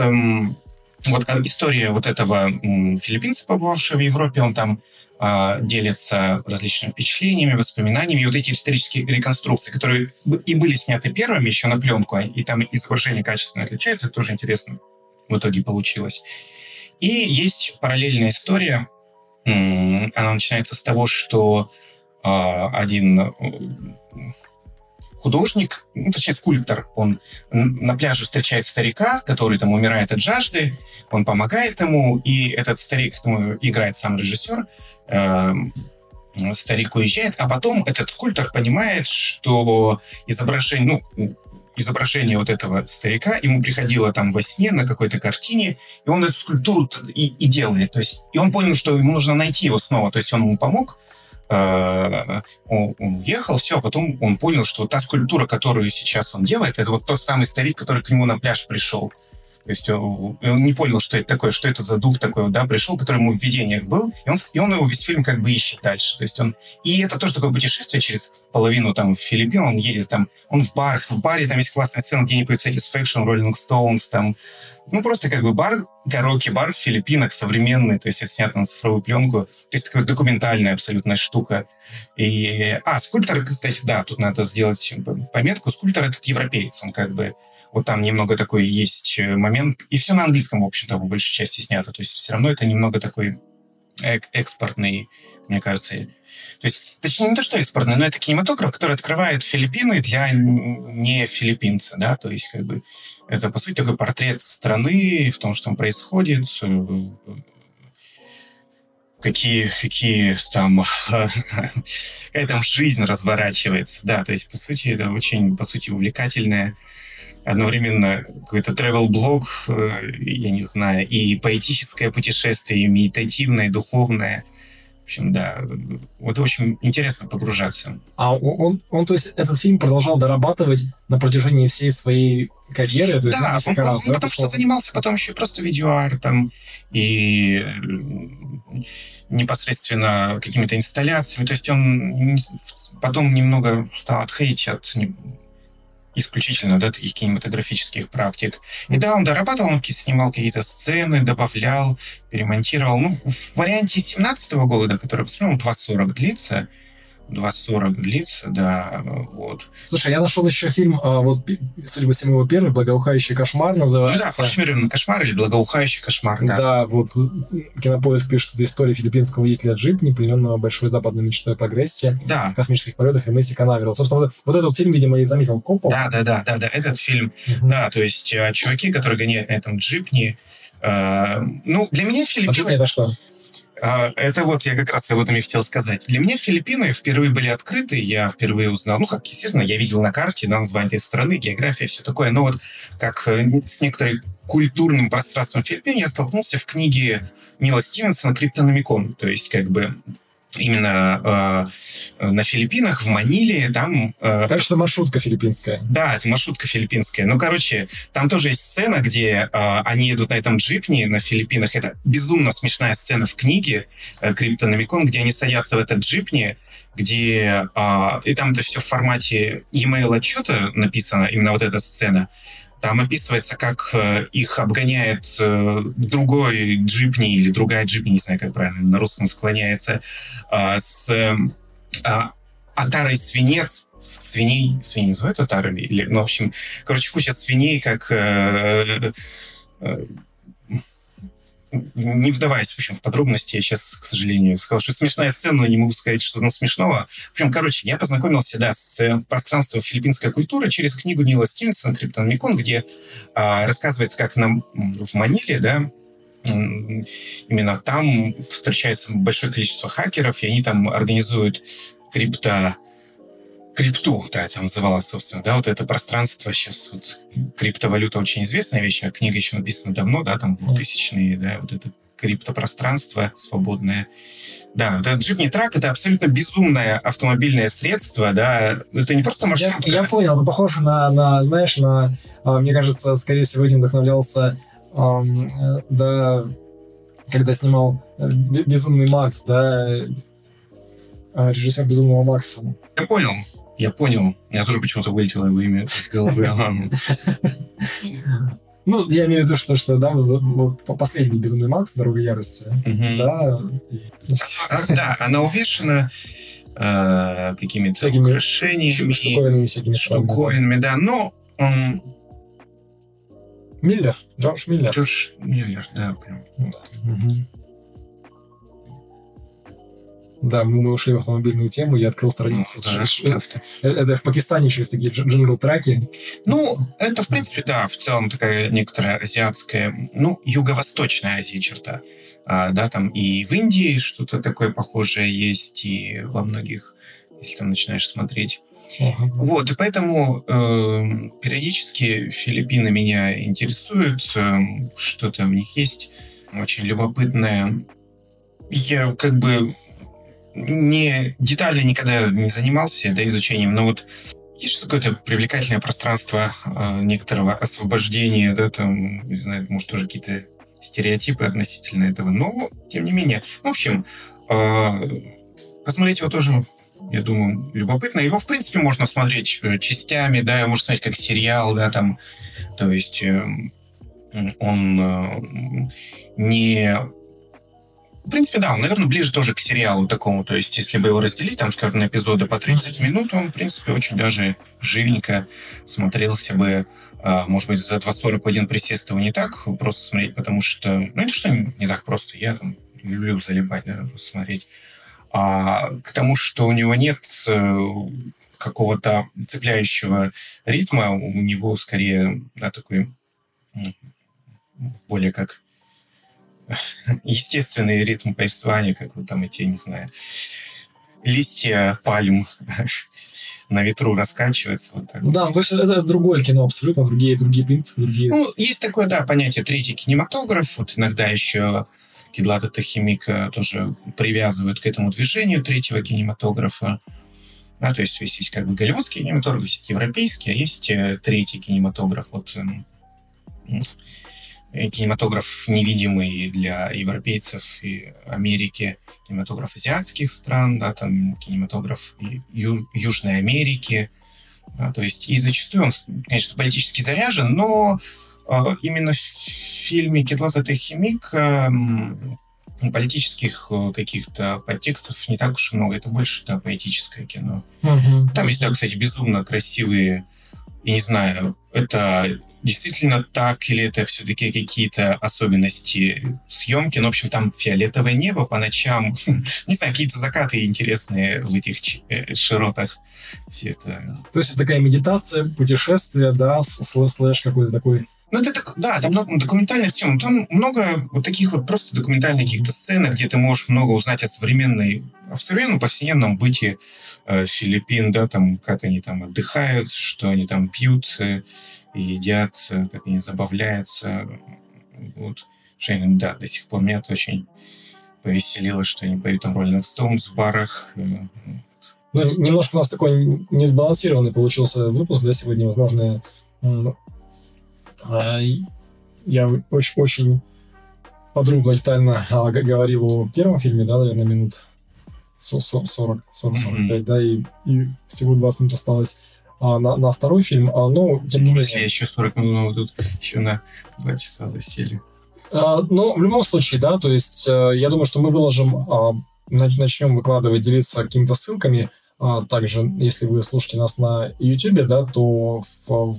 Вот история вот этого филиппинца, побывавшего в Европе, он там э, делится различными впечатлениями, воспоминаниями. И вот эти исторические реконструкции, которые и были сняты первыми еще на пленку, и там изображение качественно отличается, это тоже интересно в итоге получилось. И есть параллельная история. Она начинается с того, что э, один художник, ну, точнее, скульптор, он на пляже встречает старика, который там умирает от жажды, он помогает ему, и этот старик, ну, играет сам режиссер, э, старик уезжает, а потом этот скульптор понимает, что изображение, ну, изображение вот этого старика ему приходило там во сне на какой-то картине, и он эту скульптуру и, и делает. То есть, и он понял, что ему нужно найти его снова. То есть он ему помог, э, он, он уехал, все, а потом он понял, что та скульптура, которую сейчас он делает, это вот тот самый старик, который к нему на пляж пришел. То есть он, он не понял, что это такое, что это за дух такой, да, пришел, который ему в видениях был, и он, и он его весь фильм как бы ищет дальше. То есть он... И это тоже такое путешествие через половину там Филиппин, он едет там, он в бар, в баре там есть классная сцена, где они поют Satisfaction, Rolling Stones, там, ну, просто как бы бар, караоке-бар в Филиппинах современный, то есть это снято на цифровую пленку, то есть такая документальная абсолютная штука. И... А, скульптор, кстати, да, тут надо сделать пометку, скульптор этот европеец, он как бы вот там немного такой есть момент. И все на английском, в общем-то, по большей части снято. То есть все равно это немного такой эк- экспортный, мне кажется. То есть, точнее, не то, что экспортный, но это кинематограф, который открывает Филиппины для не филиппинца, да, то есть как бы это, по сути, такой портрет страны в том, что там происходит, какие, какие там какая там жизнь разворачивается, да, то есть, по сути, это очень, по сути, увлекательная одновременно какой-то travel-блог, я не знаю, и поэтическое путешествие, и медитативное, и духовное. В общем, да, вот очень интересно погружаться. А он, он, он, то есть, этот фильм продолжал дорабатывать на протяжении всей своей карьеры? То есть, да, несколько он, раз, он, да, потому пошел? что занимался потом еще просто видеоартом и непосредственно какими-то инсталляциями. То есть он потом немного стал отходить от... исключительно, да, таких кинематографических практик. И да, он дорабатывал, он снимал какие-то сцены, добавлял, перемонтировал. Ну, в варианте семнадцатого года, который я посмотрел, два сорок длится, два сорок длится, да, вот. Слушай, я нашел еще фильм, а, вот, судя по всему, его первый, «Благоухающий кошмар» называется. Ну да, «Парфюмированный кошмар» или «Благоухающий кошмар», да. Да, вот Кинопоиск пишет, что это история филиппинского водителя джипни, плененного большой западной мечтой о прогрессе, да. космических полетах и мысе Канаверал. Собственно, вот, вот этот фильм, видимо, и заметил Коппол. Да, да, да, да, да, этот фильм, uh-huh. да, то есть чуваки, которые гоняют на этом джипни, э, ну, для меня Филиппины... А джипни это что? Это вот я как раз об этом и хотел сказать. Для меня Филиппины впервые были открыты, я впервые узнал, ну, как, естественно, я видел на карте, на название этой страны, география, все такое, но вот как с некоторым культурным пространством Филиппин я столкнулся в книге Нила Стивенсона «Криптономикон», то есть как бы именно э, на Филиппинах, в Маниле, там... Э, Кажется, маршрутка филиппинская. Да, это маршрутка филиппинская. Ну, короче, там тоже есть сцена, где э, они едут на этом джипни на Филиппинах. Это безумно смешная сцена в книге э, «Криптономикон», где они садятся в этот джипни, где... Э, и там это все в формате e-mail отчета написано, именно вот эта сцена. Там описывается, как э, их обгоняет э, другой джипни или другая джипни, не знаю, как правильно на русском склоняется, э, с э, отарой свинец, с свиней, свиней называют отарами? Или, ну, в общем, короче, куча свиней, как... Э, э, не вдаваясь, в общем, в подробности, я сейчас, к сожалению, сказал, что смешная сцена, но не могу сказать, что она смешного. В общем, короче, я познакомился, да, с пространством филиппинской культуры через книгу Нила Стивенсона «Криптономикон», где а, рассказывается, как нам в Маниле, да, именно там встречается большое количество хакеров, и они там организуют крипто... Крипту, да, это называлось, собственно, да, вот это пространство, сейчас вот криптовалюта очень известная вещь, а книга еще написана давно, да, там двухтысячные, да, вот это криптопространство свободное. Да, это джипни-трак, это абсолютно безумное автомобильное средство, да, это не просто маршрутка. Я, я понял, это похоже на, на, знаешь, на, мне кажется, скорее всего, этим вдохновлялся, эм, да, когда снимал «Безумный Макс», да, режиссер «Безумного Макса». Я понял. Я понял. Я тоже почему-то вылетело его имя из головы. Ну, я имею в виду, что, что да, вот последний «Безумный Макс», «Дорога ярости», да. Да, она увешана какими-то украшениями. Штуковинами всякими. Штуковинами, да, но... Миллер, Джордж Миллер. Джордж Миллер, да, прям. Да, мы ушли в автомобильную тему, я открыл страницу. Ну, да, это в Пакистане еще есть такие джингл-траки. Ну, это, в принципе, да, в целом такая некоторая азиатская, ну, юго-восточная Азия черта. А, да, там и в Индии что-то такое похожее есть, и во многих, если там начинаешь смотреть. Uh-huh. Вот, и поэтому э, периодически Филиппины меня интересуют, э, что-то в них есть очень любопытное. Я как бы не детально никогда не занимался да, изучением, но вот есть какое-то привлекательное пространство э, некоторого освобождения, да, там, не знаю, может, тоже какие-то стереотипы относительно этого, но, тем не менее. Ну, в общем, э, посмотреть его тоже, я думаю, любопытно. Его, в принципе, можно смотреть частями, да, его можно смотреть как сериал, да, там, то есть э, он э, не... В принципе, да, он, наверное, ближе тоже к сериалу такому. То есть, если бы его разделить, там, скажем, на эпизоды по тридцать минут, он, в принципе, очень даже живенько смотрелся бы. Может быть, за два сорок в один присест его не так просто смотреть, потому что... Ну, это что не так просто. Я там люблю залипать, да, просто смотреть. А к тому, что у него нет какого-то цепляющего ритма, у него скорее, да, такой более как... естественный ритм повествования, как вот там эти, не знаю, листья пальм на ветру раскачиваются. Вот так. Да, то есть это другое кино, абсолютно другие, другие принципы, другие... Ну, есть такое, да, понятие третий кинематограф. Вот иногда еще Кедлата Тахимика тоже привязывают к этому движению третьего кинематографа. Да, то есть, есть, есть как бы голливудский кинематограф, есть европейский, а есть третий кинематограф. Вот кинематограф невидимый для европейцев и Америки, кинематограф азиатских стран, да, там кинематограф Ю- Южной Америки, Да, то есть, и зачастую он, конечно, политически заряжен, но э, именно в фильме «Китлата Техимик» э, политических э, каких-то подтекстов не так уж и много. Это больше, да, поэтическое кино. Мгм. Там есть, да, кстати, безумно красивые, я не знаю, это действительно так или это все-таки какие-то особенности съемки. Ну, в общем, там фиолетовое небо по ночам. Не знаю, какие-то закаты интересные в этих ч- э, широтах. Все это... То есть это такая медитация, путешествие, да, с- слэ- слэш какой-то такой. Ну, это так, да, там много документальных тем. Там много вот таких вот просто документальных каких-то сцен, где ты можешь много узнать о современной, о современном повседневном быте э, Филиппин, да, там, как они там отдыхают, что они там пьют э, и едят, э, как они забавляются. Вот. Что они, да, до сих пор меня это очень повеселило, что они поют там Rolling Stones в барах. э, Ну, немножко у нас такой несбалансированный получился выпуск, да, сегодня, возможно, м, а, и я очень, очень подробно, детально а, г- говорил о первом фильме, да, наверное, минут со- со- сорок, сорок, сорок пять, да, и, и всего двадцать минут осталось а, на, на второй фильм, а, но тем не Ну, если менее. еще сорок минут тут еще на два часа засели. А, ну, в любом случае, да, то есть э, я думаю, что мы выложим, а, нач- начнем выкладывать, делиться какими-то ссылками. А, также, если вы слушаете нас на YouTube, да, то в,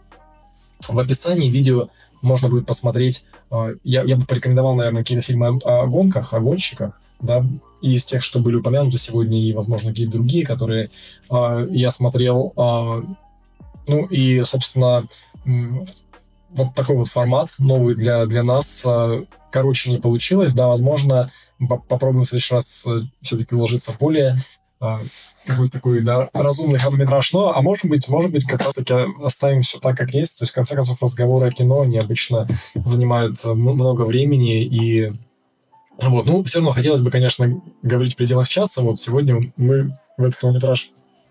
в описании видео можно будет посмотреть. а, Я, я бы порекомендовал, наверное, какие-то фильмы о, о гонках, о гонщиках, да, из тех, что были упомянуты сегодня, и, возможно, какие-то другие, которые а, я смотрел. а, Ну и, собственно, м, вот такой вот формат новый для, для нас. а, Короче, не получилось, да, возможно, по- попробуем в следующий раз все-таки уложиться в более а, какой-то такой, да, разумный хронометраж. Но, а может быть, может быть, как раз-таки оставим все так, как есть. То есть, в конце концов, разговоры о кино, они обычно занимают м- много времени, и вот, ну, все равно хотелось бы, конечно, говорить в пределах часа. Вот сегодня мы в этот хронометраж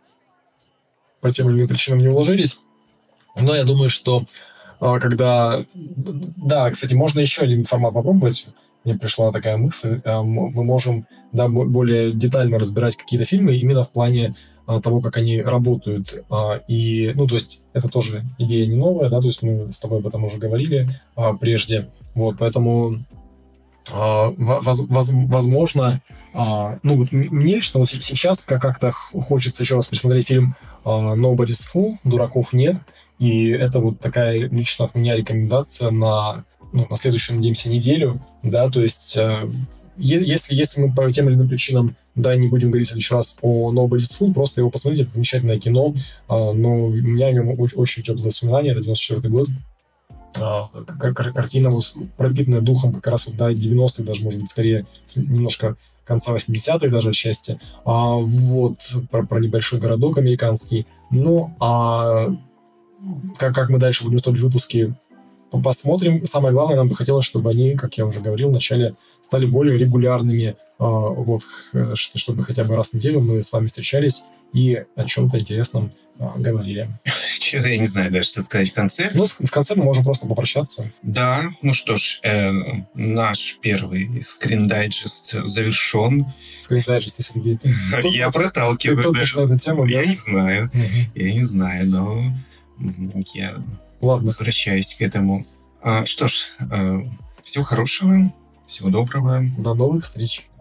по тем или иным причинам не уложились. Но я думаю, что а, когда... Да, кстати, можно еще один формат попробовать. Мне пришла такая мысль. А, м- Мы можем, да, бо- более детально разбирать какие-то фильмы именно в плане а, того, как они работают. А, И, ну, то есть, это тоже идея не новая, да, то есть мы с тобой об этом уже говорили а, прежде. Вот, поэтому а, во- воз- воз- возможно, а, ну вот м- мне лично вот се- сейчас как- как-то х- хочется еще раз пересмотреть фильм а, Nobody's Fool, «Дураков нет», и это вот такая лично от меня рекомендация на, ну, на следующую, надеемся, неделю, да, то есть э, е- если, если мы по тем или иным причинам, да, не будем говорить в следующий раз о Nobody's Fool, просто его посмотрите, это замечательное кино, а, но у меня о нем оч- очень теплые воспоминания, это девяносто четвёртый год, а, к- кар- картина вот пропитанная духом как раз вот, да, девяностых, даже, может быть, скорее с- немножко конца восьмидесятых даже отчасти. А, вот, про, про небольшой городок американский. Ну, а как, как мы дальше будем строить выпуски, по- посмотрим. Самое главное, нам бы хотелось, чтобы они, как я уже говорил вначале, стали более регулярными. А, вот, х- ш- чтобы хотя бы раз в неделю мы с вами встречались и о чем-то интересном а, говорили. Что-то я не знаю даже, что сказать в конце. Ну, с- в конце мы можем просто попрощаться. Да, ну что ж, э, наш первый скрин-дайджест завершен. Сказать, что все-таки Я ты проталкиваю топишь даже. за эту тему, да? Я не знаю, Мгм. я не знаю, но м, я Ладно, возвращаюсь к этому. А, Что ж, э, всего хорошего, всего доброго. до новых встреч.